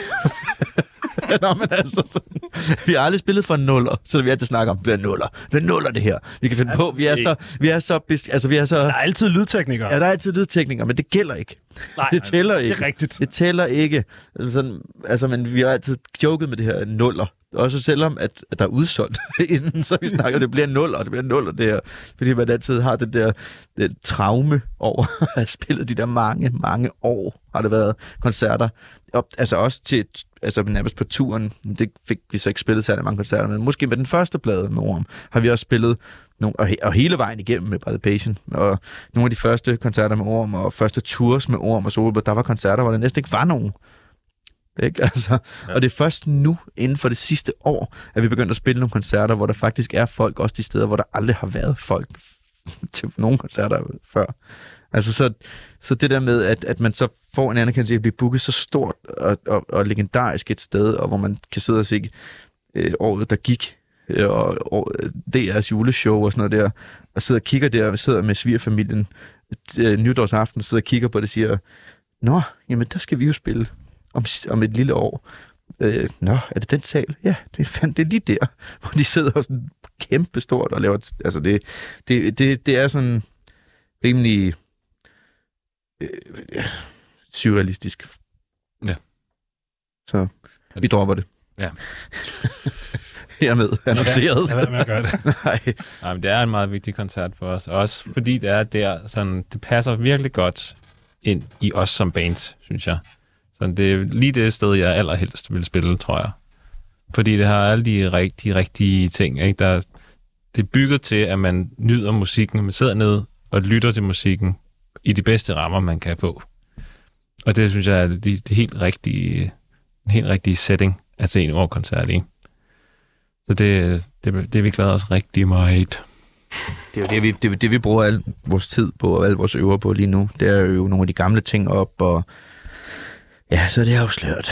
Nå, men altså, sådan, vi har aldrig spillet for en nuller, så vi altid snakker om, det bliver nuller. Det bliver nuller, det her. Vi kan finde ja, på, vi er så, vi er så, altså vi er så... Der er altid lydteknikere. Ja, der er altid lydteknikere, men det gælder ikke. Nej, det tæller ikke. Det er rigtigt. Det tæller ikke. Sådan, altså, men vi har altid joket med det her nuller. Også selvom, at, at der er udsolgt inden, så vi snakker, det bliver nuller, det bliver nuller, det her. Fordi man altid har det der det traume over at have spillet de der mange, mange år, har det været koncerter. Og, altså også til, altså nærmest på turen, det fik vi så ikke spillet særlig mange koncerter med. Måske med den første plade med Orm, har vi også spillet nogle, og, he, og hele vejen igennem med By the Patient. Og nogle af de første koncerter med Orm, og første tours med Orm og Solberg, der var koncerter, hvor der næsten ikke var nogen. Ikke? Altså, ja. Og det er først nu, inden for det sidste år, at vi begynder at spille nogle koncerter, hvor der faktisk er folk, også de steder, hvor der aldrig har været folk til nogle koncerter før. Altså, så, så det der med, at, at man så får en anerkendelse at blive booket så stort og, og, og legendarisk et sted, og hvor man kan sidde og se øh, året, der gik, øh, og, og D R's juleshow og sådan noget der, og sidder og kigger der, og sidder med svigerfamilien øh, nytårsaften, og sidder og kigger på det og siger, nå, jamen der skal vi jo spille om, om et lille år. Øh, nå, er det den sal? Ja, det er, fandme, det er lige der, hvor de sidder og sådan kæmpe stort og laver, altså det, det, det, det er sådan rimelig øh, surrealistisk. Ja. Så vi dropper det. Ja. Hermed annonceret. Ja, lad med at gøre det. Nej. Nej, men det er en meget vigtig koncert for os. Også fordi det er der, sådan, det passer virkelig godt ind i os som band, synes jeg. Så det er lige det sted, jeg allerhelst vil spille, tror jeg. Fordi det har alle de rigtige, rigtige ting. Ikke? Der, det er bygget til, at man nyder musikken, man sidder ned og lytter til musikken i de bedste rammer, man kan få. Og det synes jeg er det, det helt rigtige, helt rigtige setting at se en årkoncert i. Så det, det, det vi glæder os rigtig meget. Det er jo det, vi, det, det, vi bruger al vores tid på, og alle vores øver på lige nu. Det er jo nogle af de gamle ting op, og ja, så er det afsløret.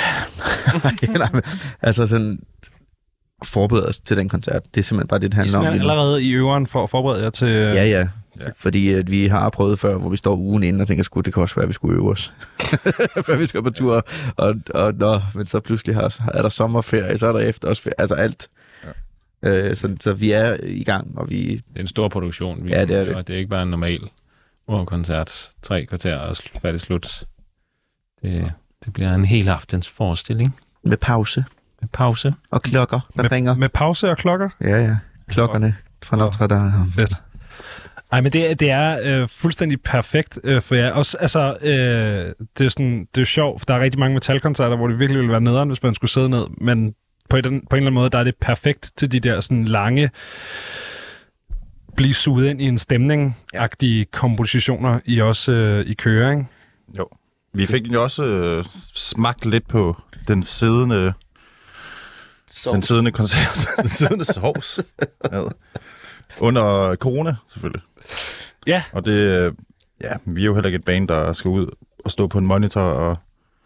Altså sådan, forberede os til den koncert. Det er simpelthen bare det, det handler om. I er allerede i øveren for at forberede jer til... Ja, ja. Ja. Fordi at vi har prøvet før, hvor vi står ugen inden og tænker, sgu, det kan også være, at vi skulle øve os. Før vi skal på tur. Og, og nå, men så pludselig har, er der sommerferie, så er der efterårsferie. Altså alt. Ja. Øh, så, så vi er i gang, og vi... Det er en stor produktion. Vi ja, det er det. Og det er ikke bare en normal koncert. Tre kvarter og færdig slut. Det, det bliver en hel aftens forestilling. Med pause. Med pause. Og klokker, der med, ringer. Med pause og klokker? Ja, ja. Klokkerne fra Notre Dame. Fedt. Ej, men det, det er øh, fuldstændig perfekt øh, for jer. Også, altså, øh, det er sådan, det er sjovt, for der er rigtig mange metalkoncerter, hvor det virkelig ville være nederen, hvis man skulle sidde ned, men på en, på en eller anden måde, der er det perfekt til de der sådan lange, blive suget ind i en stemning-agtige kompositioner, I også øh, i kører, ikke? Jo. Vi fik jo også øh, smagt lidt på den siddende, den siddende koncert, den siddende sovs. Ja. Under corona, selvfølgelig. Ja. Og det, ja, vi er jo heller ikke et band, der skal ud og stå på en monitor og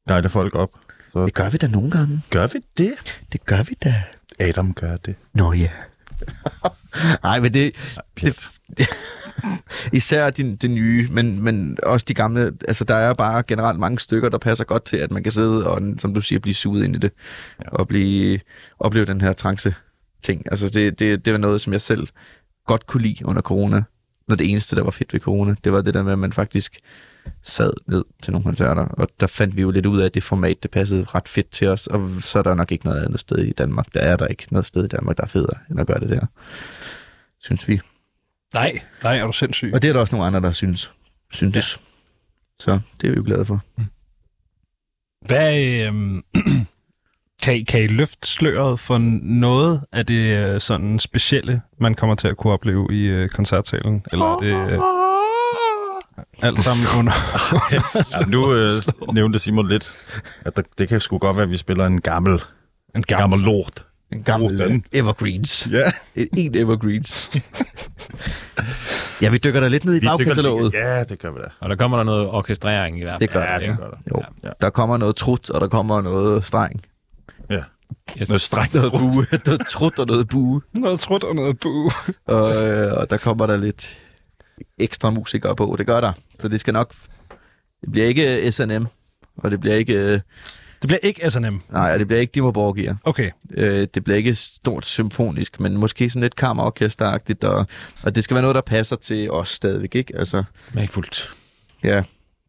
guide folk op. Så Det gør vi da nogle gange. gør vi det. Det gør vi da. Adam gør det. Nå ja. Nej, men det... det især de, de nye, men, men også de gamle. Altså, der er bare generelt mange stykker, der passer godt til, at man kan sidde og, som du siger, blive suget ind i det. Ja. Og blive, opleve den her trance-ting. Altså, det, det, det var noget, som jeg selv godt kunne lide under corona. Når det eneste, der var fedt ved corona, det var det der med, at man faktisk sad ned til nogle koncerter, og der fandt vi jo lidt ud af, at det format, det passede ret fedt til os, og så er der nok ikke noget andet sted i Danmark. Der er der ikke noget sted i Danmark, der er federe, end at gøre det der. Synes vi. Nej, nej, er du sindssyg. Og det er der også nogle andre, der synes. Synes. Ja. Så det er vi jo glade for. Hvad, øhm, kan, I, kan I løfte sløret for noget af det sådan specielle, man kommer til at kunne opleve i øh, koncertsalen? Eller er det øh, alt sammen under? Ja, nu øh, nævnte Simon lidt, at der, det kan sgu godt være, at vi spiller en gammel, en gammel, gammel lort. En gammel oh, Evergreens. Ja. En, en Evergreens. Ja, vi dykker der lidt ned i bagkataloget. Ja, det gør vi da. Og der kommer der noget orkestrering i hvert fald. Det gør ja, der. det gør der. Jo. Ja. Der kommer noget trut, og der kommer noget streng. Ja. Yes. Noget strengt Noget bue. Noget trut og noget bue. Noget trut og noget bue. Og, øh, og der kommer der lidt ekstra musikere på. Det gør der. Så det skal nok... Det bliver ikke S and M, og det bliver ikke... Øh, Det bliver ikke S and M. nej, og det bliver ikke Dimmu Borgir. Okay. Øh, det bliver ikke stort symfonisk, men måske sådan lidt kammerorkesteragtigt, og, og det skal være noget, der passer til os stadigvæk, ikke? Altså, Men ikke fuldt. ja.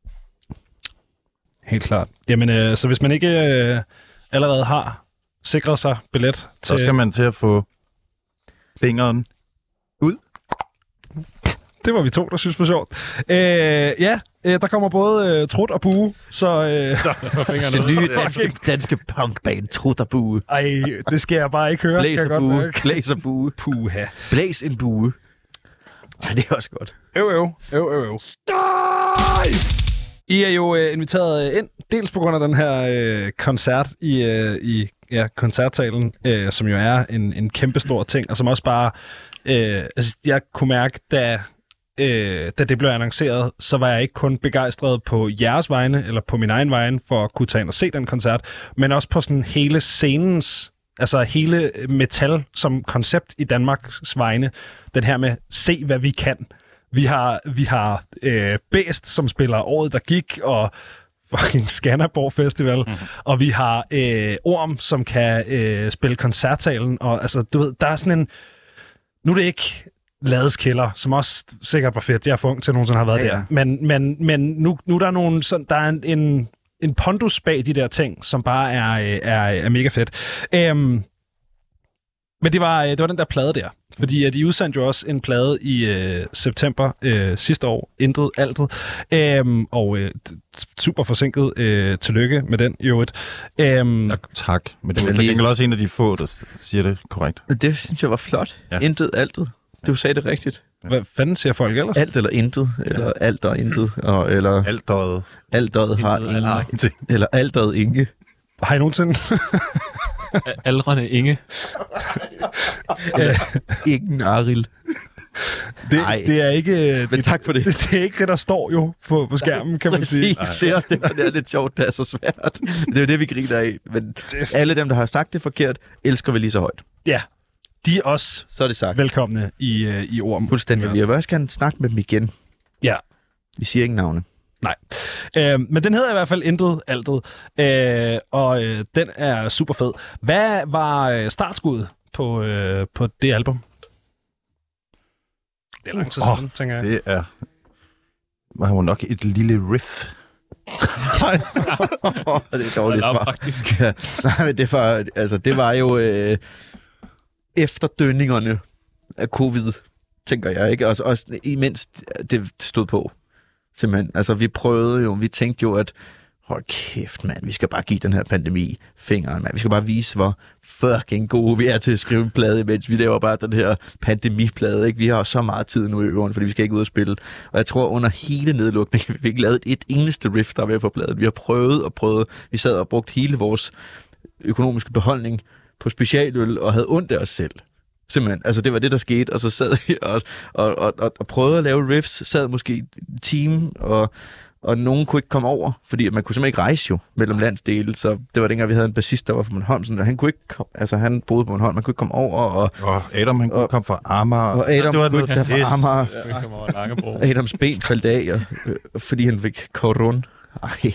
Helt klart. Jamen, øh, så hvis man ikke øh, allerede har sikret sig billet til... Så skal man til at få fingeren ud. Det var vi to, der synes var sjovt. Øh, ja, øh, der kommer både øh, trut og bue, så... Øh, Så Det nye danske, danske punkband, Trut og Bue. ej, det skal jeg bare ikke høre. Blæs kan og jeg godt bue. mærke. Blæs og bue. Puha. Blæs en bue. Ej, det er også godt. Øv, øv, øv, øv, øv. I er jo øh, inviteret ind, dels på grund af den her øh, koncert i, øh, i ja, koncertsalen, øh, som jo er en, en kæmpestor ting, og som også bare... Øh, altså, jeg kunne mærke, da, øh, da det blev annonceret, så var jeg ikke kun begejstret på jeres vegne, eller på min egen vegne, for at kunne tage ind og se den koncert, men også på sådan hele scenens, altså hele metal som koncept i Danmarks vegne. Den her med, se hvad vi kan. Vi har, vi har øh, Bæst, som spiller året, der gik, og fucking Skanderborg Festival, mm-hmm. og vi har øh, Orm, som kan øh, spille koncertsalen, og altså, du ved, der er sådan en... Nu er det ikke Ladeskælder, som også sikkert var fedt. Jeg er for ung til, at nogensinde har været ja, ja. der. Men, men, men nu, nu er der nogle, sådan, der er en, en, en pondus bag de der ting, som bare er, er, er mega fedt. Øhm, men det var, det var den der plade der. Fordi at I udsendte jo også en plade i øh, september øh, sidste år. Intet altet. Øhm, og øh, super forsinket. Øh, tillykke med den i øvrigt. Øhm, Ja, tak. Men det er lige også en af de få, der siger det korrekt. Det synes jeg var flot. Ja. Intet, altet. Du sagde det rigtigt. hvad fanden siger folk ellers? Alt eller intet, eller ja. alt og intet, og, eller Alt døjet. alt og har Intet, ingen, eller ingenting. eller alt og inge. Har I nogensinde... Aldrende Inge. Ingen Arild. Det, Nej. det er ikke... Men tak for det. Det, det er ikke det, der står jo på, på skærmen, kan man sige. Præcis, ser det, det er lidt sjovt, det er så svært. Det er jo det, vi griner af. Men alle dem, der har sagt det forkert, elsker vi lige så højt. Ja, de er også Så er det sagt. velkomne i, uh, i Orm. Fuldstændig. Vi vil også gerne snakke med dem igen. Ja. Vi siger ingen navne. Nej. Øh, men den hedder i hvert fald Intet Altet, øh, og øh, den er super fed. Hvad var øh, startskuddet på, øh, på det album? Det er lang tid siden, Oh, tænker jeg. Det er... Var jo nok et lille riff. Det er dårligt svar. Faktisk. Ja. Nej, men det var, altså, det var jo øh, efterdønningerne af covid, tænker jeg, ikke? Også, også imens det stod på. Simpelthen. Altså, vi prøvede jo, vi tænkte jo, at hold kæft, mand, vi skal bare give den her pandemi fingeren, mand. Vi skal bare vise, hvor fucking gode vi er til at skrive en plade, mens vi laver bare den her pandemiplade, ikke? Vi har så meget tid nu i øveren, fordi vi skal ikke ud og spille. Og jeg tror, under hele nedlukningen, vi ikke lavet et eneste riff, der er med på pladen. Vi har prøvet og prøvet. Vi sad og brugt hele vores økonomiske beholdning på specialøl og havde ondt af os selv. Simpelthen. Altså, det var det, der skete, og så sad vi og, og, og, og prøvede at lave riffs, sad måske en time og, og nogen kunne ikke komme over, fordi man kunne simpelthen ikke rejse jo mellem landsdele, så det var dengang, vi havde en bassist, der var fra Bornholm, og han kunne ikke komme, altså han boede på Bornholm, man kunne ikke komme over, og, og Adam, han kunne komme fra Amager. Og Adam det var kunne tage fra Amager. Ja. Adams ben faldt af, og, øh, fordi han fik korona. Ej.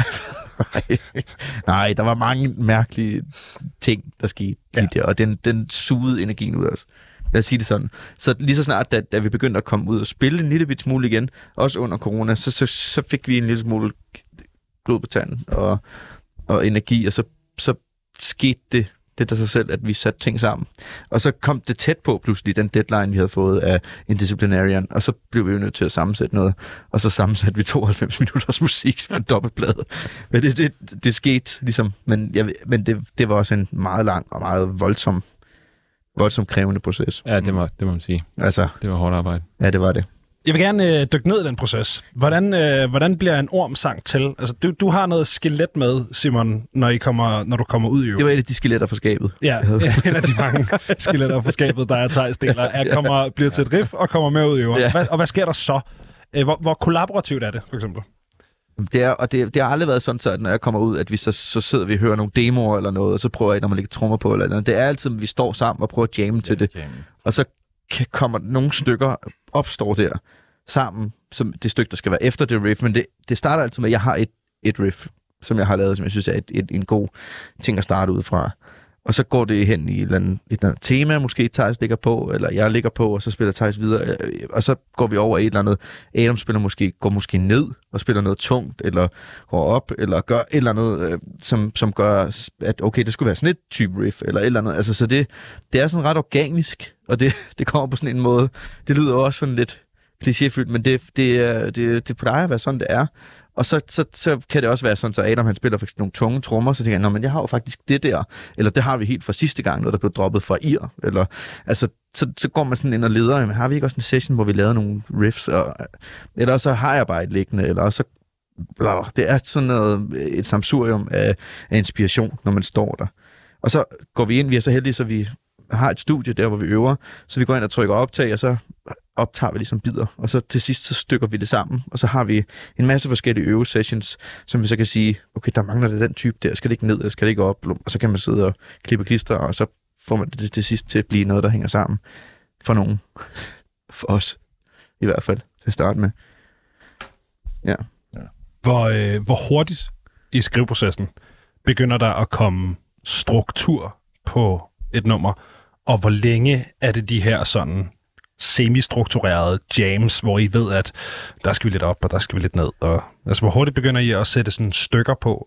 Nej, der var mange mærkelige ting, der skete ja. i det, og den, den sugede energien ud af os. Lad os sige det sådan. Så lige så snart, da, da vi begyndte at komme ud og spille en lille bit smule igen, også under corona, så, så, så fik vi en lille smule blod på tanden og, og energi, og så, så skete det, det der sig selv, at vi satte ting sammen. Og så kom det tæt på pludselig, den deadline, vi havde fået af Indisciplinarian, og så blev vi jo nødt til at sammensætte noget, og så sammensatte vi tooghalvfems minutters musik med en dobbeltplade. Men det, det, det skete ligesom, men, jeg, men det, det var også en meget lang og meget voldsom voldsomt krævende proces. Ja, det må, det må man sige. Altså, det var hårdt arbejde. Ja, det var det. Jeg vil gerne øh, dykke ned i den proces. Hvordan, øh, hvordan bliver en ormsang til? Altså, du, du har noget skelet med, Simon, når, I kommer, når du kommer ud i øvrigt. Det var et af de skeletter fra skabet. Ja, en af de mange skeletter fra skabet, der er Theis deler, er, kommer, bliver til et riff og kommer med ud i øvrigt. Ja. Og hvad sker der så? Hvor, hvor kollaborativt er det, for eksempel? Det er, og det, det har aldrig været sådan, så, at når jeg kommer ud, at vi så, så sidder vi og hører nogle demoer eller noget, og så prøver jeg, når man lægger trommer på eller noget. Det er altid, at vi står sammen og prøver at jamme til det. Og så kommer nogle stykker, opstår der sammen, som det stykke, der skal være efter det riff. Men det, det starter altid med, at jeg har et, et riff, som jeg har lavet, som jeg synes er et, et, en god ting at starte ud fra. Og så går det hen i et eller andet, et eller andet tema, måske Theis ligger på, eller jeg ligger på, og så spiller Theis videre. Og så går vi over i et eller andet. Adam spiller måske, går måske ned og spiller noget tungt, eller går op, eller gør et eller andet, som, som gør, at okay, det skulle være sådan et type riff, eller et eller andet. Altså, så det, det er sådan ret organisk, og det, det kommer på sådan en måde. Det lyder også sådan lidt klichéfyldt, men det, det, det, det plejer at være sådan, det er. Og så, så, så kan det også være sådan, så Adam han spiller faktisk nogle tunge trommer, så tænker jeg, nå, men jeg har jo faktisk det der, eller det har vi helt fra sidste gang, noget der blev droppet fra Ir, eller altså, så, så går man sådan ind og leder, jamen har vi ikke også en session, hvor vi lavede nogle riffs, og, eller så har jeg bare et liggende, eller så, bla, det er sådan noget, et samsurium af, af inspiration, når man står der. Og så går vi ind, vi er så heldige, så vi har et studie der, hvor vi øver, så vi går ind og trykker optag, og så optager vi ligesom bidder, og så til sidst så stykker vi det sammen, og så har vi en masse forskellige øvesessions, som vi så kan sige, okay, der mangler det den type der, skal det ikke ned, eller skal det ikke op, og så kan man sidde og klippe klister, og så får man det til sidst til at blive noget, der hænger sammen for nogen. For os, i hvert fald, til at starte med. Ja. Hvor, øh, hvor hurtigt i skriveprocessen begynder der at komme struktur på et nummer, og hvor længe er det de her sådan semi-strukturerede jams, hvor I ved, at der skal vi lidt op, og der skal vi lidt ned. Og, altså, hvor hurtigt begynder I at sætte sådan stykker på?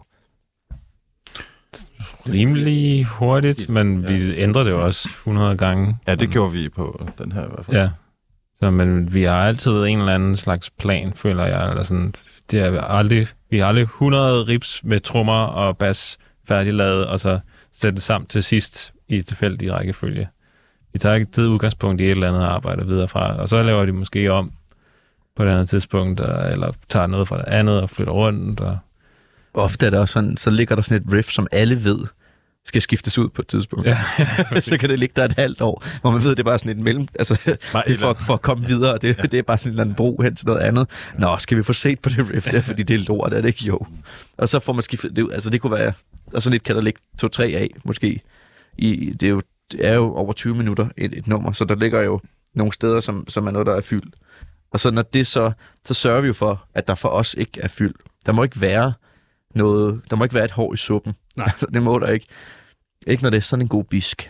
Rimelig hurtigt, men ja. Vi ændrer det jo også hundrede gange. Ja, det gjorde vi på den her i hvert fald. Ja, så, men vi har altid en eller anden slags plan, føler jeg. Eller sådan. Det er aldrig, vi har aldrig hundrede rips med trommer og bas færdiglavet, og så sætte det sammen til sidst i tilfældig rækkefølge. Vi tager ikke tid udgangspunkt i et eller andet og arbejder videre fra, og så laver de måske om på et andet tidspunkt, eller tager noget fra det andet og flytter rundt. Og... Ofte er det også sådan, så ligger der sådan et riff, som alle ved skal skiftes ud på et tidspunkt. Ja, ja, så kan det ligge der et halvt år, hvor man ved, det er bare sådan et mellem... Altså, det er for, for at komme videre, det, ja. det er bare sådan en eller anden bro hen til noget andet. Nå, skal vi få set på det riff der, fordi det er lort, er det ikke? Jo. Og så får man skiftet det ud. Altså, det kunne være... Og sådan lidt kan der ligge to-tre af, måske. I, det, er jo, det er jo over tyve minutter et, et nummer, så der ligger jo nogle steder, som, som er noget, der er fyldt. Og så når det så... Så sørger vi jo for, at der for os ikke er fyldt. Der må ikke være noget... Der må ikke være et hår i suppen. Nej, altså, det må der ikke. Ikke når det er sådan en god bisk.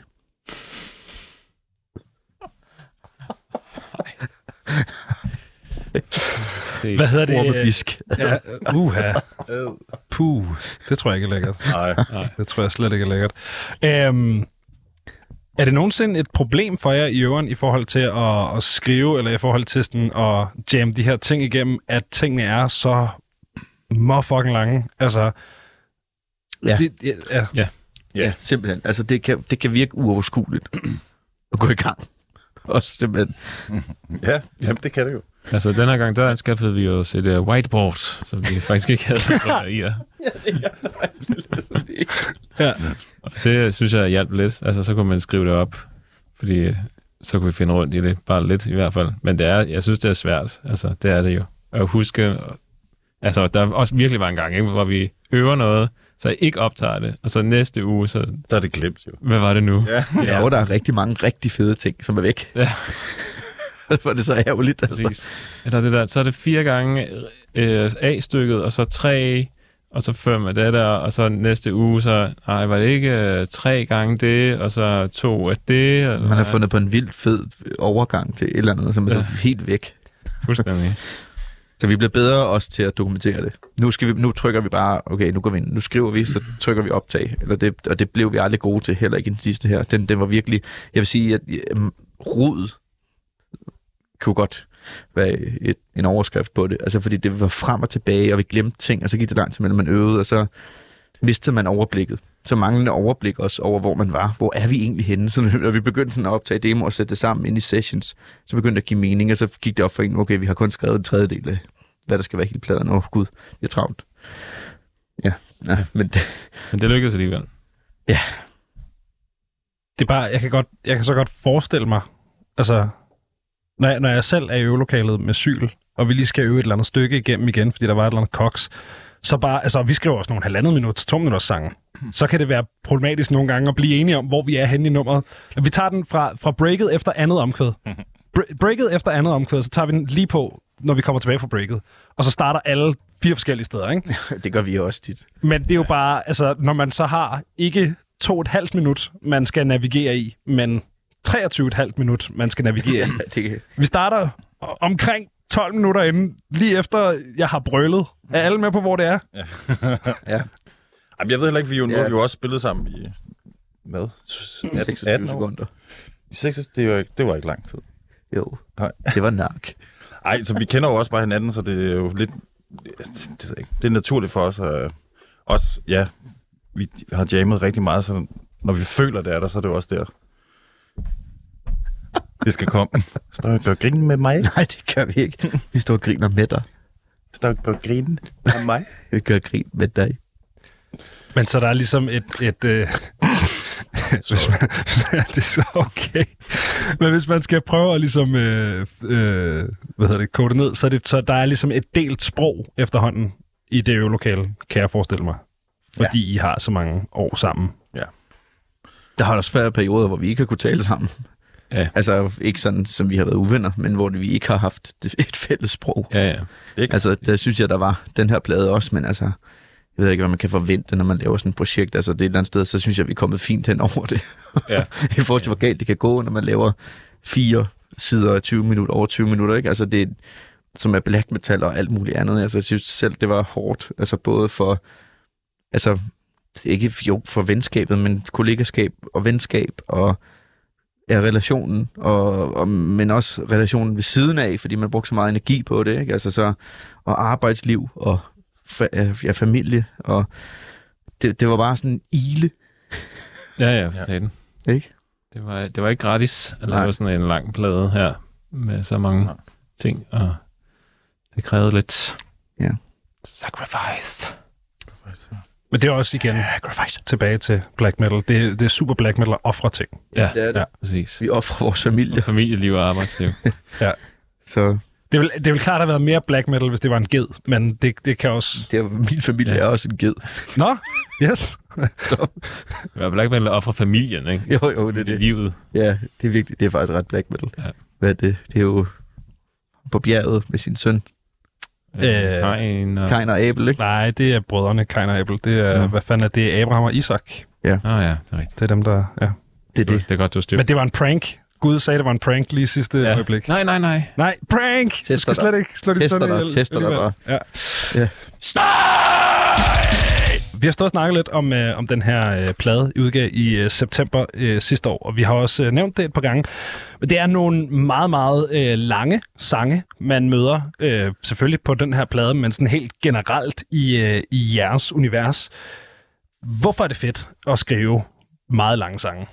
Hvad hedder det? Ormebisk. Ja, uha. Puh, det tror jeg ikke er lækkert. Nej, nej. Det tror jeg slet ikke er lækkert. Øhm, er det nogensinde et problem for jer i øvrigt i forhold til at, at skrive, eller i forhold til sådan at jamme de her ting igennem, at tingene er så motherfucking lange? Altså... Ja. Det, ja, ja. ja. Ja, simpelthen. Altså, det kan, det kan virke uoverskueligt at gå i gang. Også simpelthen. Ja, jamen, det kan det jo. Altså, den her gang, der anskaffede vi os et uh, whiteboard, som vi faktisk ikke havde fra i. Ja, det er ikke. Ja. Og det synes jeg hjalp lidt. Altså, så kunne man skrive det op, fordi så kunne vi finde rundt i det. Bare lidt i hvert fald. Men det er, jeg synes, det er svært. Altså, det er det jo. At huske Altså, der er også virkelig var en gang, ikke, hvor vi øver noget, så jeg ikke optager det, og så næste uge, så... Så er det glemt, jo. Hvad var det nu? Ja. Jeg tror, der er rigtig mange rigtig fede ting, som er væk. Ja. Hvor det så er ærgerligt. Altså. Præcis. Eller det der, så er det fire gange øh, A-stykket, og så tre, og så fem af det der, og så næste uge, så ej, var det ikke øh, tre gange det, og så to af det. Eller, Man har fundet på en vildt fed overgang til et eller andet, som er Ja. så helt væk. Fuldstændig. Så vi bliver bedre også til at dokumentere det. Nu, skal vi, nu trykker vi bare, okay, nu går vi ind, nu skriver vi, så trykker vi optag. Eller det, og det blev vi aldrig gode til, heller ikke i den sidste her. Den, den var virkelig, jeg vil sige, at um, rod kunne godt være et, en overskrift på det. Altså fordi det var frem og tilbage, og vi glemte ting, og så gik det lang tid, mellem man øvede, og så mistede man overblikket. Så manglende overblik også over, hvor man var. Hvor er vi egentlig henne? Så når vi begyndte sådan at optage demo og sætte det sammen ind i sessions, så begyndte det at give mening, og så gik det op for en, okay, vi har kun skrevet en tredjedel af, hvad der skal være helt pladen. Åh, oh, gud, det er travlt. Ja, nej, men... Men det lykkedes alligevel. Ja. Det er bare, jeg kan, godt, jeg kan så godt forestille mig, altså, når jeg, når jeg selv er i øvelokalet med Syl, og vi lige skal øve et eller andet stykke igennem igen, fordi der var et eller andet koks, så bare, altså, vi skriver også nogle halvandet minut til to minutters sange. Så kan det være problematisk nogle gange at blive enige om, hvor vi er henne i nummeret. Vi tager den fra, fra breaket efter andet omkvæd. Bre- breaket efter andet omkvæd, så tager vi den lige på, når vi kommer tilbage fra breaket. Og så starter alle fire forskellige steder, ikke? Det gør vi også tit. Men det er jo bare, altså, når man så har ikke to og et halvt minut, man skal navigere i, men treogtyve og et halvt minut, man skal navigere i. det... Vi starter omkring tolv minutter inden, lige efter jeg har brølet. Er alle med på, hvor det er? Ja. ja. Jamen, jeg ved heller ikke, vi jo, nu Ja. har vi jo også spillet sammen i, hvad? seksogtyve atten år? sekunder. I seks, det, var ikke, det var ikke lang tid. Jo, Nej. det var nak. Ej, så vi kender jo også bare hinanden, så det er jo lidt... Det, det, ved jeg ikke, det er naturligt for os. At, også, ja, vi har jammet rigtig meget, så når vi føler, det er der, så er det jo også der. Det skal komme. Står og gør grin med mig? Nej, det gør vi ikke. Vi står og griner med dig. Står og gør grin med mig? Vi gør grin med dig. Men så der er ligesom et... et øh, hvis man, det er så okay. Men hvis man skal prøve at ligesom, øh, øh, hvad hedder det, kode det ned, så, er det, så der er ligesom et delt sprog efterhånden i det øvelokale, kan jeg forestille mig. Fordi ja. I har så mange år sammen. Ja. Der har også været perioder, hvor vi ikke har kunnet tale sammen. Ja. Altså ikke sådan, som vi har været uvenner, men hvor vi ikke har haft et fælles sprog. Ja, ja. Ikke? Altså, der synes jeg, der var den her plade også, men altså, jeg ved ikke, hvad man kan forvente, når man laver sådan et projekt. Altså, det er et eller andet sted, så synes jeg, vi er kommet fint hen over det. Ja. I forhold til, hvor galt det kan gå, når man laver fire sider af tyve minutter, over tyve minutter, ikke? Altså, det som er black metal og alt muligt andet. Altså, jeg synes selv, det var hårdt. Altså, både for, altså, ikke jo for venskabet, men kollegaskab og venskab og ja, relationen, og, og, men også relationen ved siden af, fordi man brugte så meget energi på det, ikke? Altså så, og arbejdsliv, og fa- ja, familie, og det, det var bare sådan en ile. Ja, ja, for satan. Ikke? Det var, det var ikke gratis at Nej. lave sådan en lang plade her, med så mange Nej. ting, og det krævede lidt Ja. sacrifice. Men det er også igen tilbage til black metal. Det, det er super black metal at ofre ting. Ja, Det er det. ja, præcis. Vi offrer vores familie. Og familieliv og arbejdsliv. Så Det vil, det vil klart have været mere black metal, hvis det var en ged, men det, det kan også... det er, min familie Ja. er også en ged. Nå, yes. Det var black metal ofre familien, ikke? Jo, jo, det er Det er det. livet. Ja, det er virkelig, det er faktisk ret black metal. Ja. Hvad er det? Det er jo på bjerget med sin søn, Øh, Kain og... Kain og Abel, ikke? Nej, det er brødrene Kain og Abel. Det er, Nå. hvad fanden er det? Abraham og Isak. Ah ja, det er rigtigt. Det er dem, der... Ja. Det er det. Det er godt, du har styr. Men det var en prank. Gud sagde, det var en prank lige sidste Ja. øjeblik. Nej, nej, nej. Nej, prank! Du Tester skal dig. slet ikke slå dit Tester søn dig. ihjel. Tester dig alligevel. Ja. Ja. Vi har stået og snakket lidt om, øh, om den her øh, plade, I udgav i øh, september øh, sidste år, og vi har også øh, nævnt det et par gange. Men det er nogle meget, meget øh, lange sange, man møder øh, selvfølgelig på den her plade, men sådan helt generelt i, øh, i jeres univers. Hvorfor er det fedt at skrive meget lange sange?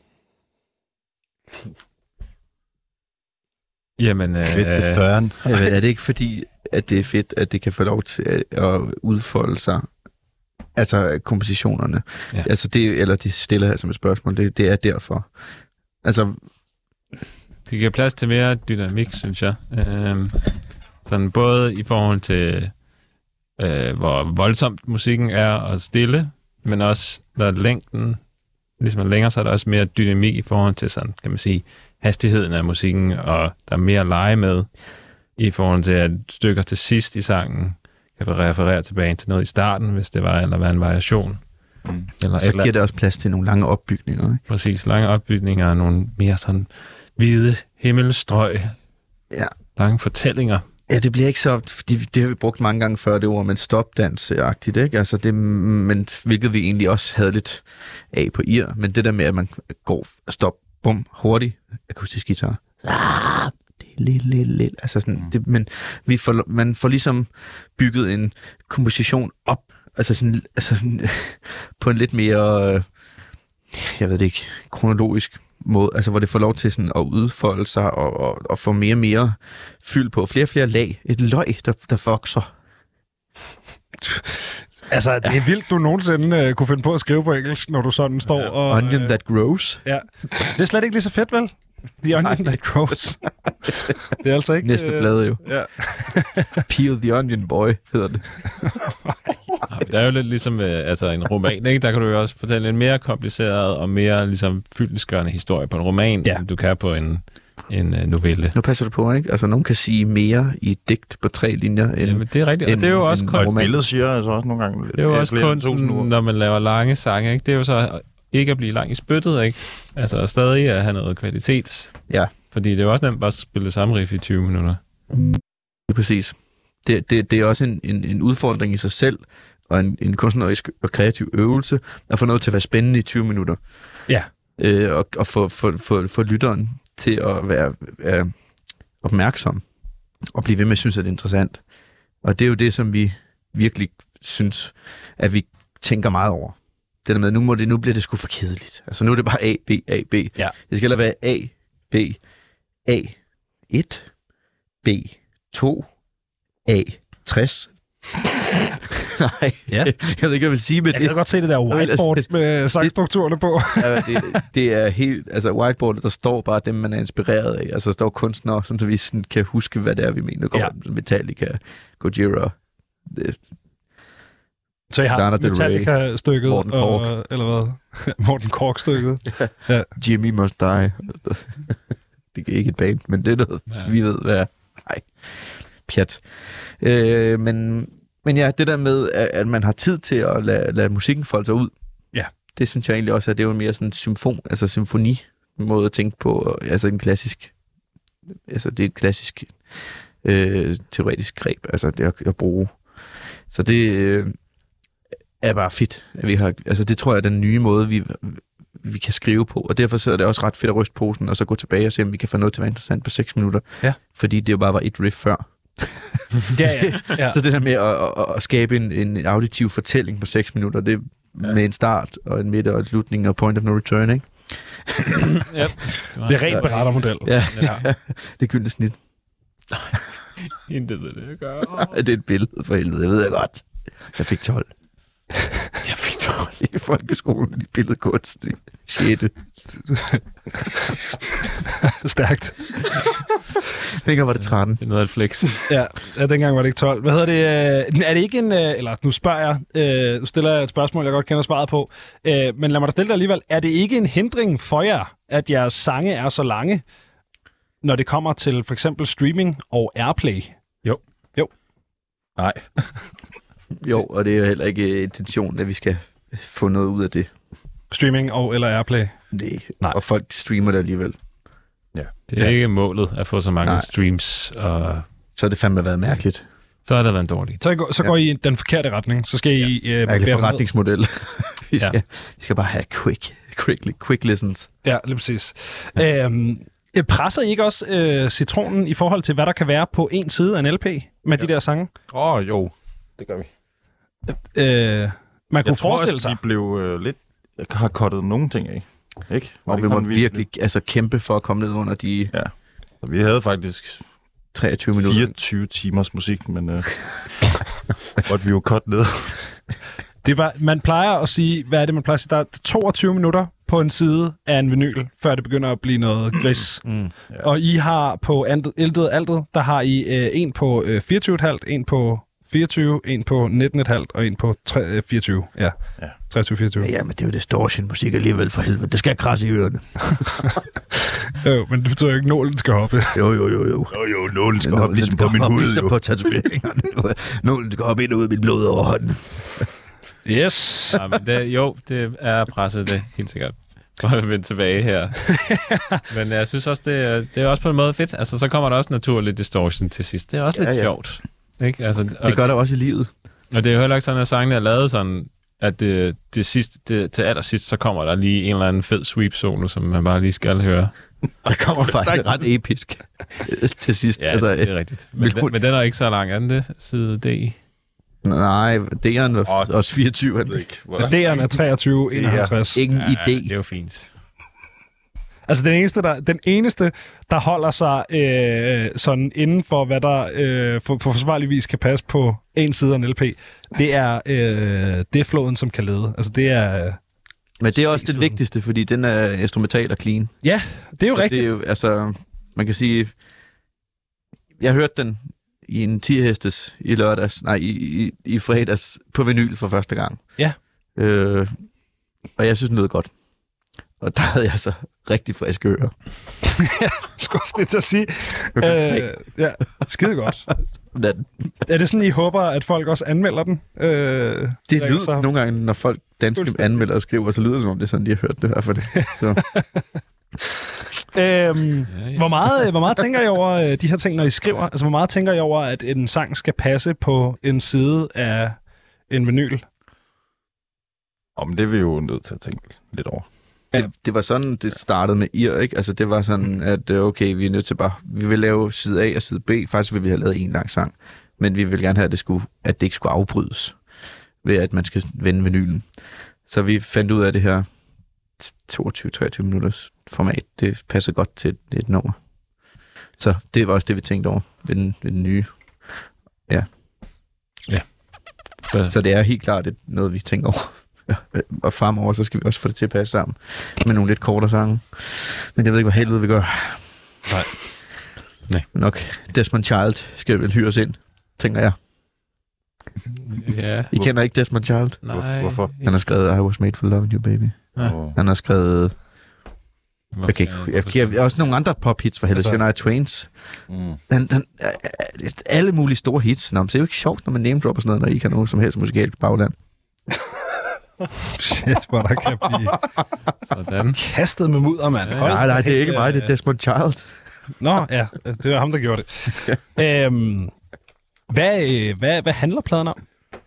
Jamen, øh, Kvidt med føren. Ja, men er det ikke fordi, at det er fedt, at det kan få lov til at, at udfolde sig? Altså kompositionerne. Ja. Altså det, eller de stiller her som et spørgsmål, det, det er derfor. Altså, det giver plads til mere dynamik, synes jeg. Øhm, sådan både i forhold til øh, hvor voldsomt musikken er og stille, men også når længden ligesom er længere, så er der også mere dynamik i forhold til sådan, kan man sige, hastigheden af musikken, og der er mere lege med i forhold til, at stykker til sidst i sangen kan referere tilbage til noget i starten, hvis det var, eller være en variation. Mm. Eller Så giver det også plads til nogle lange opbygninger, ikke? Præcis, lange opbygninger og nogle mere sådan hvide himmelstrøg, Ja. lange fortællinger. Ja, det bliver ikke så, fordi det har vi brugt mange gange før, det ord, men stopdans-agtigt, ikke? Altså det, men hvilket vi egentlig også havde lidt af på ir, men det der med, at man går, stop, bum, hurtigt, akustisk guitar, ah, det er lidt, lidt, lidt, altså sådan, det, men vi får, man får ligesom bygget en komposition op, altså sådan, altså sådan på en lidt mere, øh, jeg ved det ikke, kronologisk måde, altså hvor det får lov til sådan at udfolde sig og, og, og få mere og mere fyld på, flere og flere lag, et løg, der, der vokser. Altså, det er vildt, du nogensinde uh, kunne finde på at skrive på engelsk, når du sådan står og... Onion that grows. Ja. Det er slet ikke lige så fedt, vel? The onion that grows. Det er altså ikke... Næste plade jo. Ja. Peel the onion boy, hedder det. Det er jo lidt ligesom øh, altså en roman, ikke? Der kan du jo også fortælle en mere kompliceret og mere ligesom fyldestgørende historie på en roman, ja. end du kan på en, en uh, novelle. Nu passer du på, ikke? Altså, nogen kan sige mere i et digt på tre linjer end... Jamen, det er rigtigt, og en, det er jo også en, Og kunst. et billede siger altså også nogle gange... Det er jo også kunsten, når man laver lange sange, ikke? Det er jo så ikke at blive lang i spyttet, ikke? Altså stadig at have noget kvalitet. Ja. Fordi det er jo også nemt bare at spille det samme riff i tyve minutter. Ja, præcis. Det, det, det er også en, en, en udfordring i sig selv, og en, en kunstnerisk og kreativ øvelse, at få noget til at være spændende i tyve minutter. Ja. Øh, og og få, få, få, få lytteren til at være øh, opmærksom, og blive ved med at synes, at det er interessant. Og det er jo det, som vi virkelig synes, at vi tænker meget over. Det der med, nu, må det, nu bliver det sgu for kedeligt. Altså nu er det bare A, B, A, B. Ja. Det skal være A, B, A, et, B, to, A, tres. Nej, Ja. jeg ved ikke, hvad jeg vil sige med Jeg det. kan godt se det der whiteboard med sangstrukturerne på. Ja, det, det er helt, altså whiteboardet, der står bare dem, man er inspireret af. Altså der står kunstnere, sådan, så vi sådan kan huske, hvad det er, vi mener. Går Ja. Metallica, Gojira, det, Så jeg har Lana Del Rey, Metallica-stykket, Morten og, Korch. eller hvad? Morten Korch-stykket. Jimmy Must Die. Det er ikke et band, men det er noget, Ja. vi ved, hvad er. Nej, pjat. Øh, men, men ja, det der med, at, at man har tid til at lade, lade musikken folde sig ud, Ja. det synes jeg egentlig også, at det er jo mere sådan en symfon, altså symfoni måde at tænke på, altså en klassisk, altså det er et klassisk øh, teoretisk greb, altså det at, at bruge. Så det øh, er bare fedt, at vi har, altså det tror jeg er den nye måde, vi, vi kan skrive på, og derfor så er det også ret fedt at ryste posen, og så gå tilbage og se, om vi kan få noget til at være interessant på seks minutter. Ja. Fordi det jo bare var et riff før. Ja, ja. ja. Så det der med at, at, at skabe en, en auditiv fortælling på seks minutter, det er Ja. med en start og en midte og en slutning og point of no return, ikke? Yep. Det er rent berettermodel. Ja, Ja. det gyldne snit. Intet ved det, jeg gør. Det er et billede for helvede, det ved jeg godt. Jeg fik tolv. Jeg fik tolv i folkeskolen i billedkunst i sjette. Stærkt. Dengang var det tretten. Det er noget af et flex. Ja, ja, dengang var det ikke tolv. Hvad hedder det? øh, Er det ikke en... øh, Eller nu spørger jeg. øh, Nu stiller jeg et spørgsmål, jeg godt kender svaret på. øh, Men lad mig da stille dig alligevel. Er det ikke en hindring for jer, at jeres sange er så lange, når det kommer til for eksempel streaming og Airplay? Nej. Jo, og det er jo heller ikke intentionen, at vi skal få noget ud af det. Streaming og eller Airplay? Nej. Nej. Og folk streamer det alligevel. Det er Ja. ikke målet at få så mange Nej. streams, og Så har det fandme været mærkeligt. så har det været en dårlig. Så, går, så går I i den forkerte retning. Så skal I... Øh, Mærkelig bære ned. forretningsmodel. vi, Ja. skal, vi skal bare have quick, quick, quick listens. Ja, lige præcis. Ja. Øhm, presser I ikke også øh, citronen i forhold til, hvad der kan være på en side af en L P med ja. de der sange? Åh, oh, jo. Det gør vi. Øh, man kunne Jeg tror forestille også, sig... vi blev øh, lidt... Jeg har kottet nogle ting af. Ikke? Var Og det vi må sådan, virkelig altså, kæmpe for at komme ned under de Så vi havde faktisk treogtyve minutter. fireogtyve timers musik, men øh, måtte vi jo cut ned. Det er bare, man plejer at sige, hvad er det, man plejer at sige? Der er toogtyve minutter på en side af en vinyl, før det begynder at blive noget gris. Mm. Ja. Og I har på Eltet Altet, der har I øh, en på øh, fireogtyve komma fem, en på fireogtyve, en på nitten komma fem og en på tre, fireogtyve. Ja, Ja. treogtyve fireogtyve. Ja, men det er jo distortion-musik alligevel for helvede. Det skal krasse i ørerne. Jo, men det betyder jo ikke, at nålen skal hoppe. Jo, jo, jo, jo. Jo, jo, nålen skal Nålen op ligesom skal på min hoppe hud, ligesom jo. på tatoveringerne. Nålen skal hoppe ind og ud af mit blod over hånden. Yes. Ja, men det, jo, det er presset, det helt sikkert. For at vende tilbage her. Men jeg synes også, det, er- det er også på en måde fedt. Altså, så kommer der også naturlig distortion til sidst. Det er også Ja, lidt ja. sjovt. Ikke? Altså, og, Det gør der også i livet. og det er jo heller ikke sådan, at sangene er lavet sådan, at det, det sidste, det, til allersidst, så kommer der lige en eller anden fed sweep-solo, som man bare lige skal høre. Der kommer faktisk ret episk til sidst. Ja, altså, det er rigtigt. Men, den, men den er ikke så lang, er den det? Side D? Nej, D'eren var Åh, også fireogtyve. Jeg ved ikke, hvor- D'eren er treogtyve enoghalvtreds. Ingen Ja, idé. det er jo fint. Altså den eneste, der, den eneste, der holder sig øh, sådan inden for, hvad der øh, for, på forsvarlig vis kan passe på en side af en L P, det er øh, det er floden, som kan lede. Altså det er... Men det er også det C-siden. vigtigste, fordi den er instrumental og clean. Ja, det er jo Og rigtigt. Det er jo, altså, man kan sige, jeg hørte den i en ti-hestes i lørdags, nej, i, i, i fredags på vinyl for første gang. Ja. Øh, og jeg synes, den lød godt. Og der havde jeg så rigtig friske ører. Skulle også lidt til at sige. Øh, Øh, ja, skide godt. den. Er det sådan, I håber, at folk også anmelder den? Øh, Det ringer lyder så- nogle gange, når folk danske Fuldstændig. anmelder og skriver, så lyder det som om, det er sådan, de har hørt det i hvert fald. Så. Øhm, Ja, ja. hvor, meget, hvor meget tænker I over øh, de her ting, når I skriver? Altså, hvor meget tænker I over, at en sang skal passe på en side af en vinyl? Åh, men det er vi jo nødt til at tænke lidt over. Det, det var sådan, det startede med Ir, ikke? Altså, det var sådan, at øh, okay, vi er nødt til bare... Vi vil lave side A og side B. Faktisk vil vi have lavet en lang sang. Men vi vil gerne have, at det, skulle, at det ikke skulle afbrydes ved, at man skal vende vinylen. Så vi fandt ud af det her toogtyve til treogtyve minutters format. Det passer godt til et, et nummer. Så det var også det, vi tænkte over ved den, ved den nye. For, Så det er helt klart et, noget, vi tænker over. Ja, og fremover, så skal vi også få det til at passe sammen med nogle lidt kortere sange. Men jeg ved ikke, hvad helvede vi gør. Nej. Nej. Men nok Desmond Child skal vel hyres ind, tænker jeg. ja. I kender ikke Desmond Child? Nej. Hvorfor? Han har skrevet I Was Made for Loving You, Baby. Ja. Åh. Han har skrevet... Hvorfor- Jeg kan ikke, jeg, jeg, jeg, også nogle andre pop-hits for helvede. Altså- Shania Twains. Mm. Han, han, alle mulige store hits. Nå, men det er jo ikke sjovt, når man name-dropper sådan noget, når I ikke har nogen som helst musikalsk bagland. Shit, hvor der kan blive Sådan. kastet med mudder, mand. Ja, ja. Hold Nej, nej, det er da ikke mig, det er Desmond Child. Nå, ja, det var ham, der gjorde det. øhm, hvad, øh, hvad, hvad handler pladen om?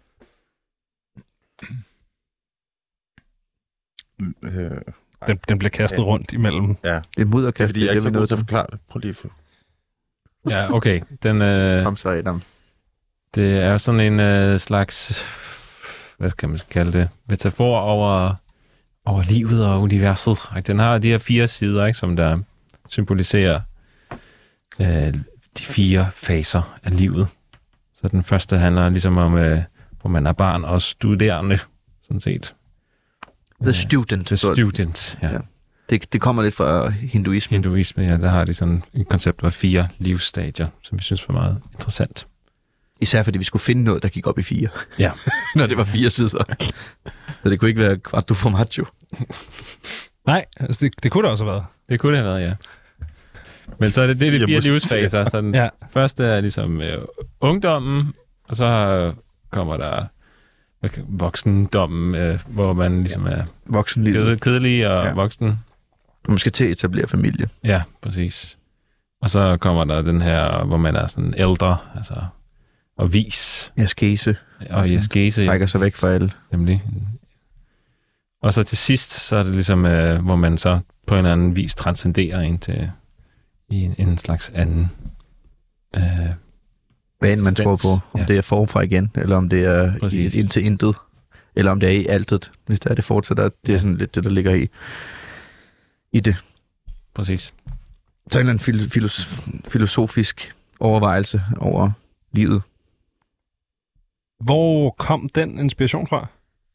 Øh, Den, den bliver kastet Ja. rundt imellem. ja, Det er det er mudderkast. fordi, jeg er ikke så vi god nødt til at forklare det. Prøv lige at få- Ja, okay. Den, øh, Kom så, Adam. det er jo sådan en øh, slags, hvad skal man kalde det, metafor over, over livet og universet. Ikke? Den har de her fire sider, ikke, som der symboliserer øh, de fire faser af livet. Så den første handler ligesom om, øh, hvor man er barn og studerende, sådan set. The Student. The Så Student, ja. Ja. Det, det kommer lidt fra hinduismen. Hinduisme, ja, der har de sådan et koncept af fire livsstadier, som vi synes var meget interessant. Især fordi vi skulle finde noget, der gik op i fire. Ja. Når det var fire sider. Så det kunne ikke være quarto formaggio. Nej, altså det, det kunne det også have været. Det kunne det have været, ja. Men så er det, det er de Jeg fire må sige- livsfaser. Så den Ja. første er ligesom øh, ungdommen, og så øh, kommer der hvad kan- voksendommen, øh, hvor man ligesom er Voksenlivet. ked- kedelig og Ja. ja. voksen. Man skal til at etablere familie. Ja, præcis. Og så kommer der den her, hvor man er sådan ældre, altså og vis, Jeg skæse. og i askese. Trækker sig væk fra alle. Nemlig. Og så til sidst, så er det ligesom, øh, hvor man så på en eller anden vis transcenderer ind til i en, en slags anden. Øh, Hvad end man tror Svens. på. Om Ja. det er forfra igen, eller om det er Præcis. i, ind til intet. Eller om det er i altet. Hvis det er det fortsætter. Det er Ja. sådan lidt det, der ligger i, i det. præcis. Så en eller anden fil- filos- filosofisk overvejelse over livet. Hvor kom den inspiration fra?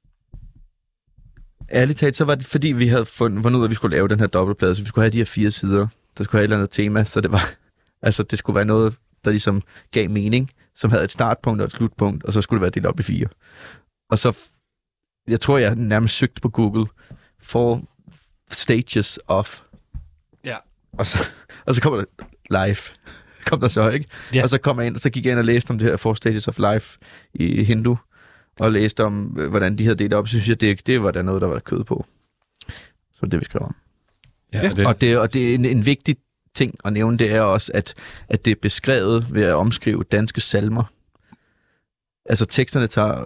Ærligt talt, så var det fordi, vi havde fundet, fundet ud af, at vi skulle lave den her dobbeltplade, så vi skulle have de her fire sider. Der skulle have et eller andet tema, så det var, altså det skulle være noget, der ligesom gav mening, som havde et startpunkt og et slutpunkt, og så skulle det være delt op i fire. Og så, jeg tror, jeg nærmest søgte på Google, for stages of. Ja. Og så, og så kommer der live. Kom der så, ikke? Ja. Og så kom jeg ind, og så gik jeg ind og læste om det her Four Stages of Life i Hindu, og læste om, hvordan de havde delt op. Så synes jeg, det, det var der noget, der var kød på. Så det, vi skrev om. Ja, Ja. og det, Og det, og det er en, en vigtig ting at nævne, det er også, at, at det er beskrevet ved at omskrive danske salmer. Altså teksterne tager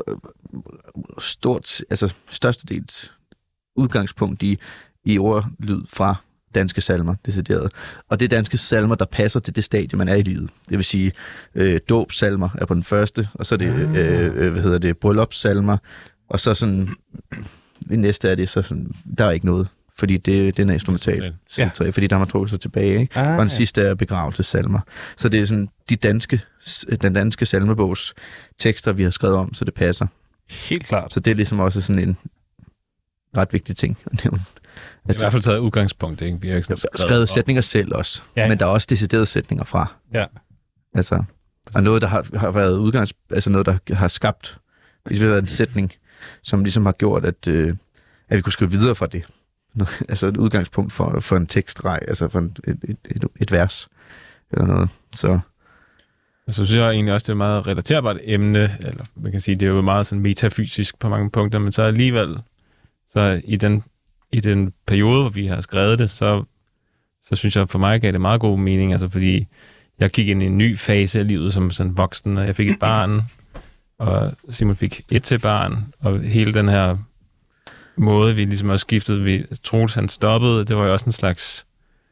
stort, altså størstedels udgangspunkt i, i ordlyd fra danske salmer, decideret. Og det er danske salmer, der passer til det stadie, man er i livet. Det vil sige, øh, dåbsalmer er på den første, og så er det, øh, hvad hedder det, bryllupssalmer, og så sådan, i næste er det, så sådan, der er ikke noget, fordi det, det er instrumental, Ja. ja. fordi der har man trukket sig tilbage, ikke? Ah, Og den ja. sidste er begravelsessalmer. Så det er sådan de danske, den danske salmebogs tekster, vi har skrevet om, så det passer. Helt klart. Så det er ligesom også sådan en ret vigtig ting at nævne. det er i hvert fald taget udgangspunkt, ikke? Vi har ikke sådan skrevet, skrevet, skrevet om- sætninger selv også, Ja, ja, ja. men der er også deciderede sætninger fra. Ja. Altså, og noget, der har, har været udgangs... Altså noget, der har skabt, hvis vi har været en sætning, som ligesom har gjort, at, øh, at vi kunne skrive videre fra det. Noget, altså et udgangspunkt for, for en tekstrej, altså for en, et, et, et, et vers eller noget. Så Og så synes jeg egentlig også, det er et meget relaterbart emne, eller man kan sige, det er jo meget sådan metafysisk på mange punkter, men så alligevel, så i den, i den periode, hvor vi har skrevet det, så, så synes jeg, for mig gav det meget god mening, altså fordi jeg gik ind i en ny fase af livet som sådan voksen, og jeg fik et barn, og Simon fik et til barn, og hele den her måde, vi ligesom også skiftede, vi Troels han stoppede, det var jo også en slags,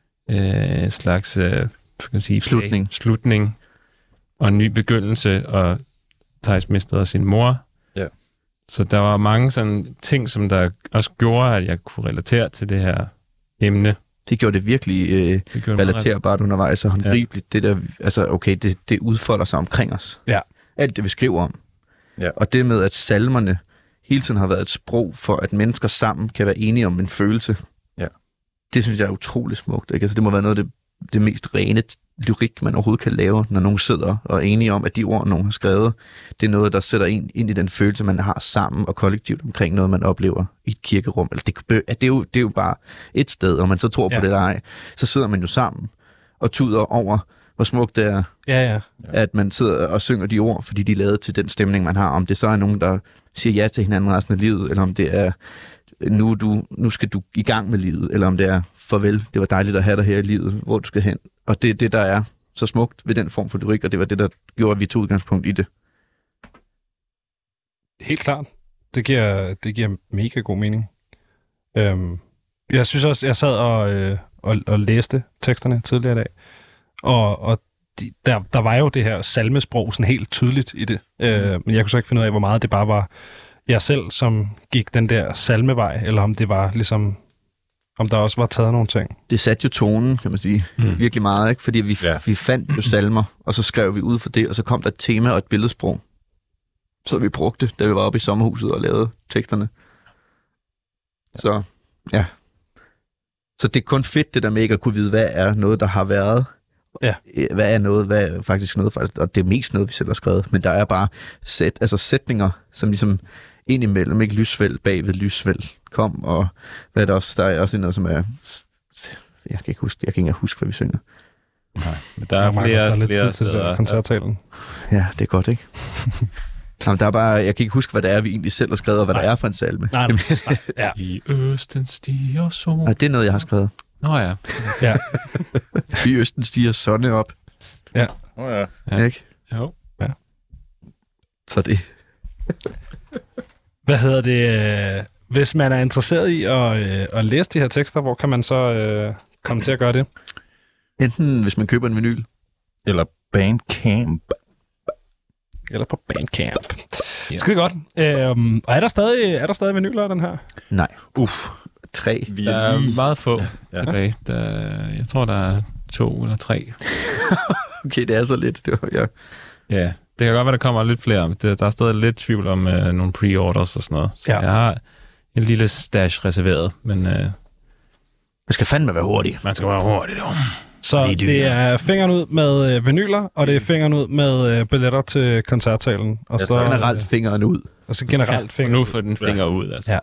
øh, en slags øh, hvad kan man sige, Slutning. slutning, og en ny begyndelse, og Theis mistede sin mor. Ja. Så der var mange sådan ting, som der også gjorde, at jeg kunne relatere til det her emne. det gjorde det virkelig øh, Det gjorde mig relaterbart undervejs og håndgribeligt. Ja. Det der, altså okay, det, det udfolder sig omkring os. Ja. Alt det, vi skriver om. Ja. Og det med, at salmerne hele tiden har været et sprog for, at mennesker sammen kan være enige om en følelse. Ja. Det synes jeg er utrolig smukt. Ikke? Altså, det må være noget af det, det mest rene lyrik, man overhovedet kan lave, når nogen sidder og er enige om, at de ord, nogen har skrevet, det er noget, der sætter en ind i den følelse, man har sammen og kollektivt omkring noget, man oplever i et kirkerum. Eller det, det, er, jo, det er jo bare et sted, og man så tror på Ja. det eller ej. Så sidder man jo sammen og tuder over, hvor smukt det er, Ja, ja. at man sidder og synger de ord, fordi de er lavet til den stemning, man har. Om det så er nogen, der siger ja til hinanden resten af livet, eller om det er, nu, du, nu skal du i gang med livet, eller om det er, farvel, det var dejligt at have dig her i livet, hvor du skal hen. Og det er det, der er så smukt ved den form for lyrik, og det var det, der gjorde, at vi tog udgangspunkt i det. Helt klart. Det giver, det giver mega god mening. Øhm, jeg synes også, jeg sad og, øh, og, og læste teksterne tidligere i dag, og, og de, der, der var jo det her salmesprog sådan helt tydeligt i det, øh, men jeg kunne så ikke finde ud af, hvor meget det bare var jeg selv, som gik den der salmevej, eller om det var ligesom, om der også var taget nogle ting. Det satte jo tonen, kan man sige, mm. virkelig meget, ikke? Fordi vi, Ja. ja. vi fandt jo salmer, og så skrev vi ud for det, og så kom der et tema og et billedsprog, så vi brugte, da vi var oppe i sommerhuset og lavede teksterne. Så, ja. Så det er kun fedt, det der med ikke at kunne vide, hvad er noget, der har været. Ja. Hvad er noget, hvad er faktisk noget, faktisk, og det er mest noget, vi selv har skrevet. Men der er bare sæt, altså sætninger, som ligesom indimellem, ikke lysfelt bag ved lysfelt kom, og hvad er der også, der er også noget, som er, jeg kan ikke huske, jeg kan ikke huske, hvad vi synger. Nej, men der er meget flere, godt, der er lidt flere tid til det der steder. koncerttalen. Ja, det er godt, ikke? Jamen, der er bare, jeg kan ikke huske, hvad det er, vi egentlig selv har skrevet, og hvad Nej. der er for en salme. Nej, nej, nej. Ja. I østen stiger sol. Nej, det er noget, jeg har skrevet. Nå ja. Ja. I østen stiger sonne op. Åh oh, ja. Ja. Ikke? Jo. Så det. Hvad hedder det? øh, Hvis man er interesseret i at, øh, at læse de her tekster, hvor kan man så øh, komme til at gøre det? Enten hvis man køber en vinyl. Eller Bandcamp. Eller på Bandcamp. Ja. Skide godt. Øhm, og er der stadig, er der stadig vinyler af den her? Nej. Uff. Tre. Vi Der er er lige... meget få Ja. tilbage. Der, jeg tror, der er to eller tre. Okay, det er så lidt. Det var, ja. Ja, det kan godt være, der kommer lidt flere. Det, der er stadig lidt tvivl om øh, nogle pre-orders og sådan noget. Så Ja. jeg har en lille stash reserveret, men øh, Man skal fandme være hurtig. man skal være hurtigt om. Så det er, det er fingeren ud med øh, vinyler, og det er fingeren ud med øh, billetter til koncertsalen. Og så så generelt fingeren ud. Og så generelt ja, fingeren nu ud. får den finger ja. ud, altså. Ja.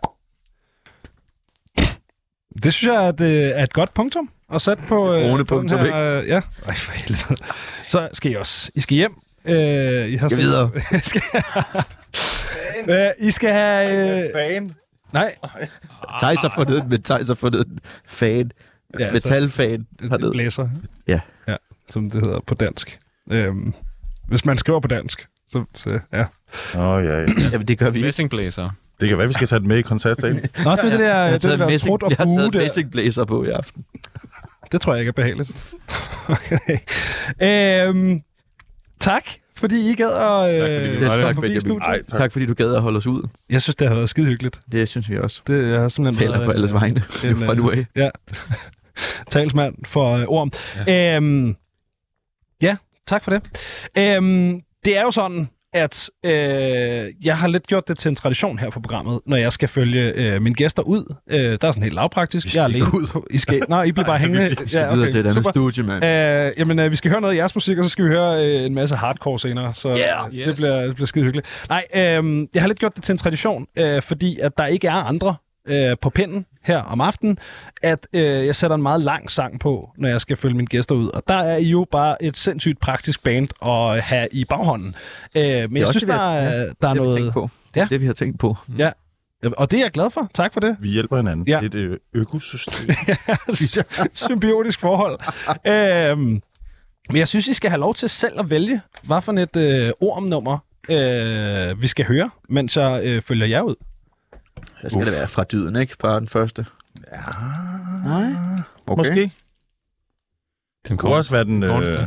Det synes jeg er et, er et godt punktum at sætte på, øh, på den her. Øh, ja. Ej, for helvede. Så skal I også. I skal hjem. Øh, I har skal videre. skal, øh, I skal have... Øh, Fan. Nej. Thijs har fundet men Thijs har fundet en fan. Ja, metalfan. Altså, blæser. Ja. Ja, som det hedder på dansk. Øhm, hvis man skriver på dansk, så, så ja. Åh, oh, ja, ja. Jamen, det gør vi. Messingblæser. Det kan være, vi skal tage det med i koncertsalen. Nå, det er det der, det der messing, trut og jeg har bue taget der. messingblæser på i aften. Det tror jeg ikke er behageligt. Okay. Øhm, tak, fordi I gad at øh, tak, tak, forbi studiet. Ej, tak. tak fordi du gad at holde os ud. Jeg synes, det har været skide hyggeligt. Det synes vi også. Det har simpelthen Taler på alles vegne. En, fra nu af. Ja. Talsmand for øh, ord. Ja. Øhm, ja, tak for det. Øhm, det er jo sådan, at øh, jeg har lidt gjort det til en tradition her på programmet, når jeg skal følge øh, mine gæster ud. Øh, der er sådan helt lavpraktisk. Jeg er alene. Ud. I skal, nej, I bliver bare hængende. Vi skal ja, okay, videre til et andet studie, mand. Øh, jamen, øh, vi skal høre noget af jeres musik, og så skal vi høre øh, en masse hardcore senere. Så Yeah, yes. det, bliver, det bliver skide hyggeligt. Nej, øh, jeg har lidt gjort det til en tradition, øh, fordi at der ikke er andre øh, på pinden her om aftenen, at øh, jeg sætter en meget lang sang på, når jeg skal følge mine gæster ud. Og der er I jo bare et sindssygt praktisk band at have i baghånden. Øh, men jeg synes, det, der, ja, der er det, noget... på. Ja. Det, vi har tænkt på. Ja, og det er jeg glad for. Tak for det. Vi hjælper hinanden. Ja. Det er et økosystem. Symbiotisk forhold. øhm, men jeg synes, I skal have lov til selv at vælge, hvad for et øh, ormnummer øh, vi skal høre, mens jeg øh, følger jer ud. Der skal Uf. det være fra dyden, ikke? Bare den første. Ja. Nej. Okay. Måske. Den kunne også være den... Øh,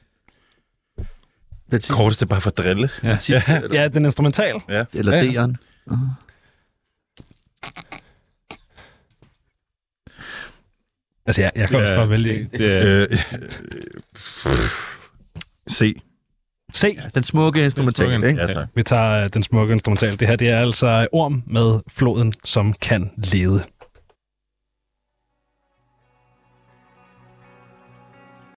det korteste bare for drille. Ja, ja. ja den instrumental. Ja. Eller ja. D'eren. Uh-huh. Altså, jeg, jeg kan ja, også bare vælge det. det øh, C. C. Den smukke instrumental, ikke? Ja, tak. Vi tager den smukke instrumental. Det her, det er altså Orm med Floden, som kan lede.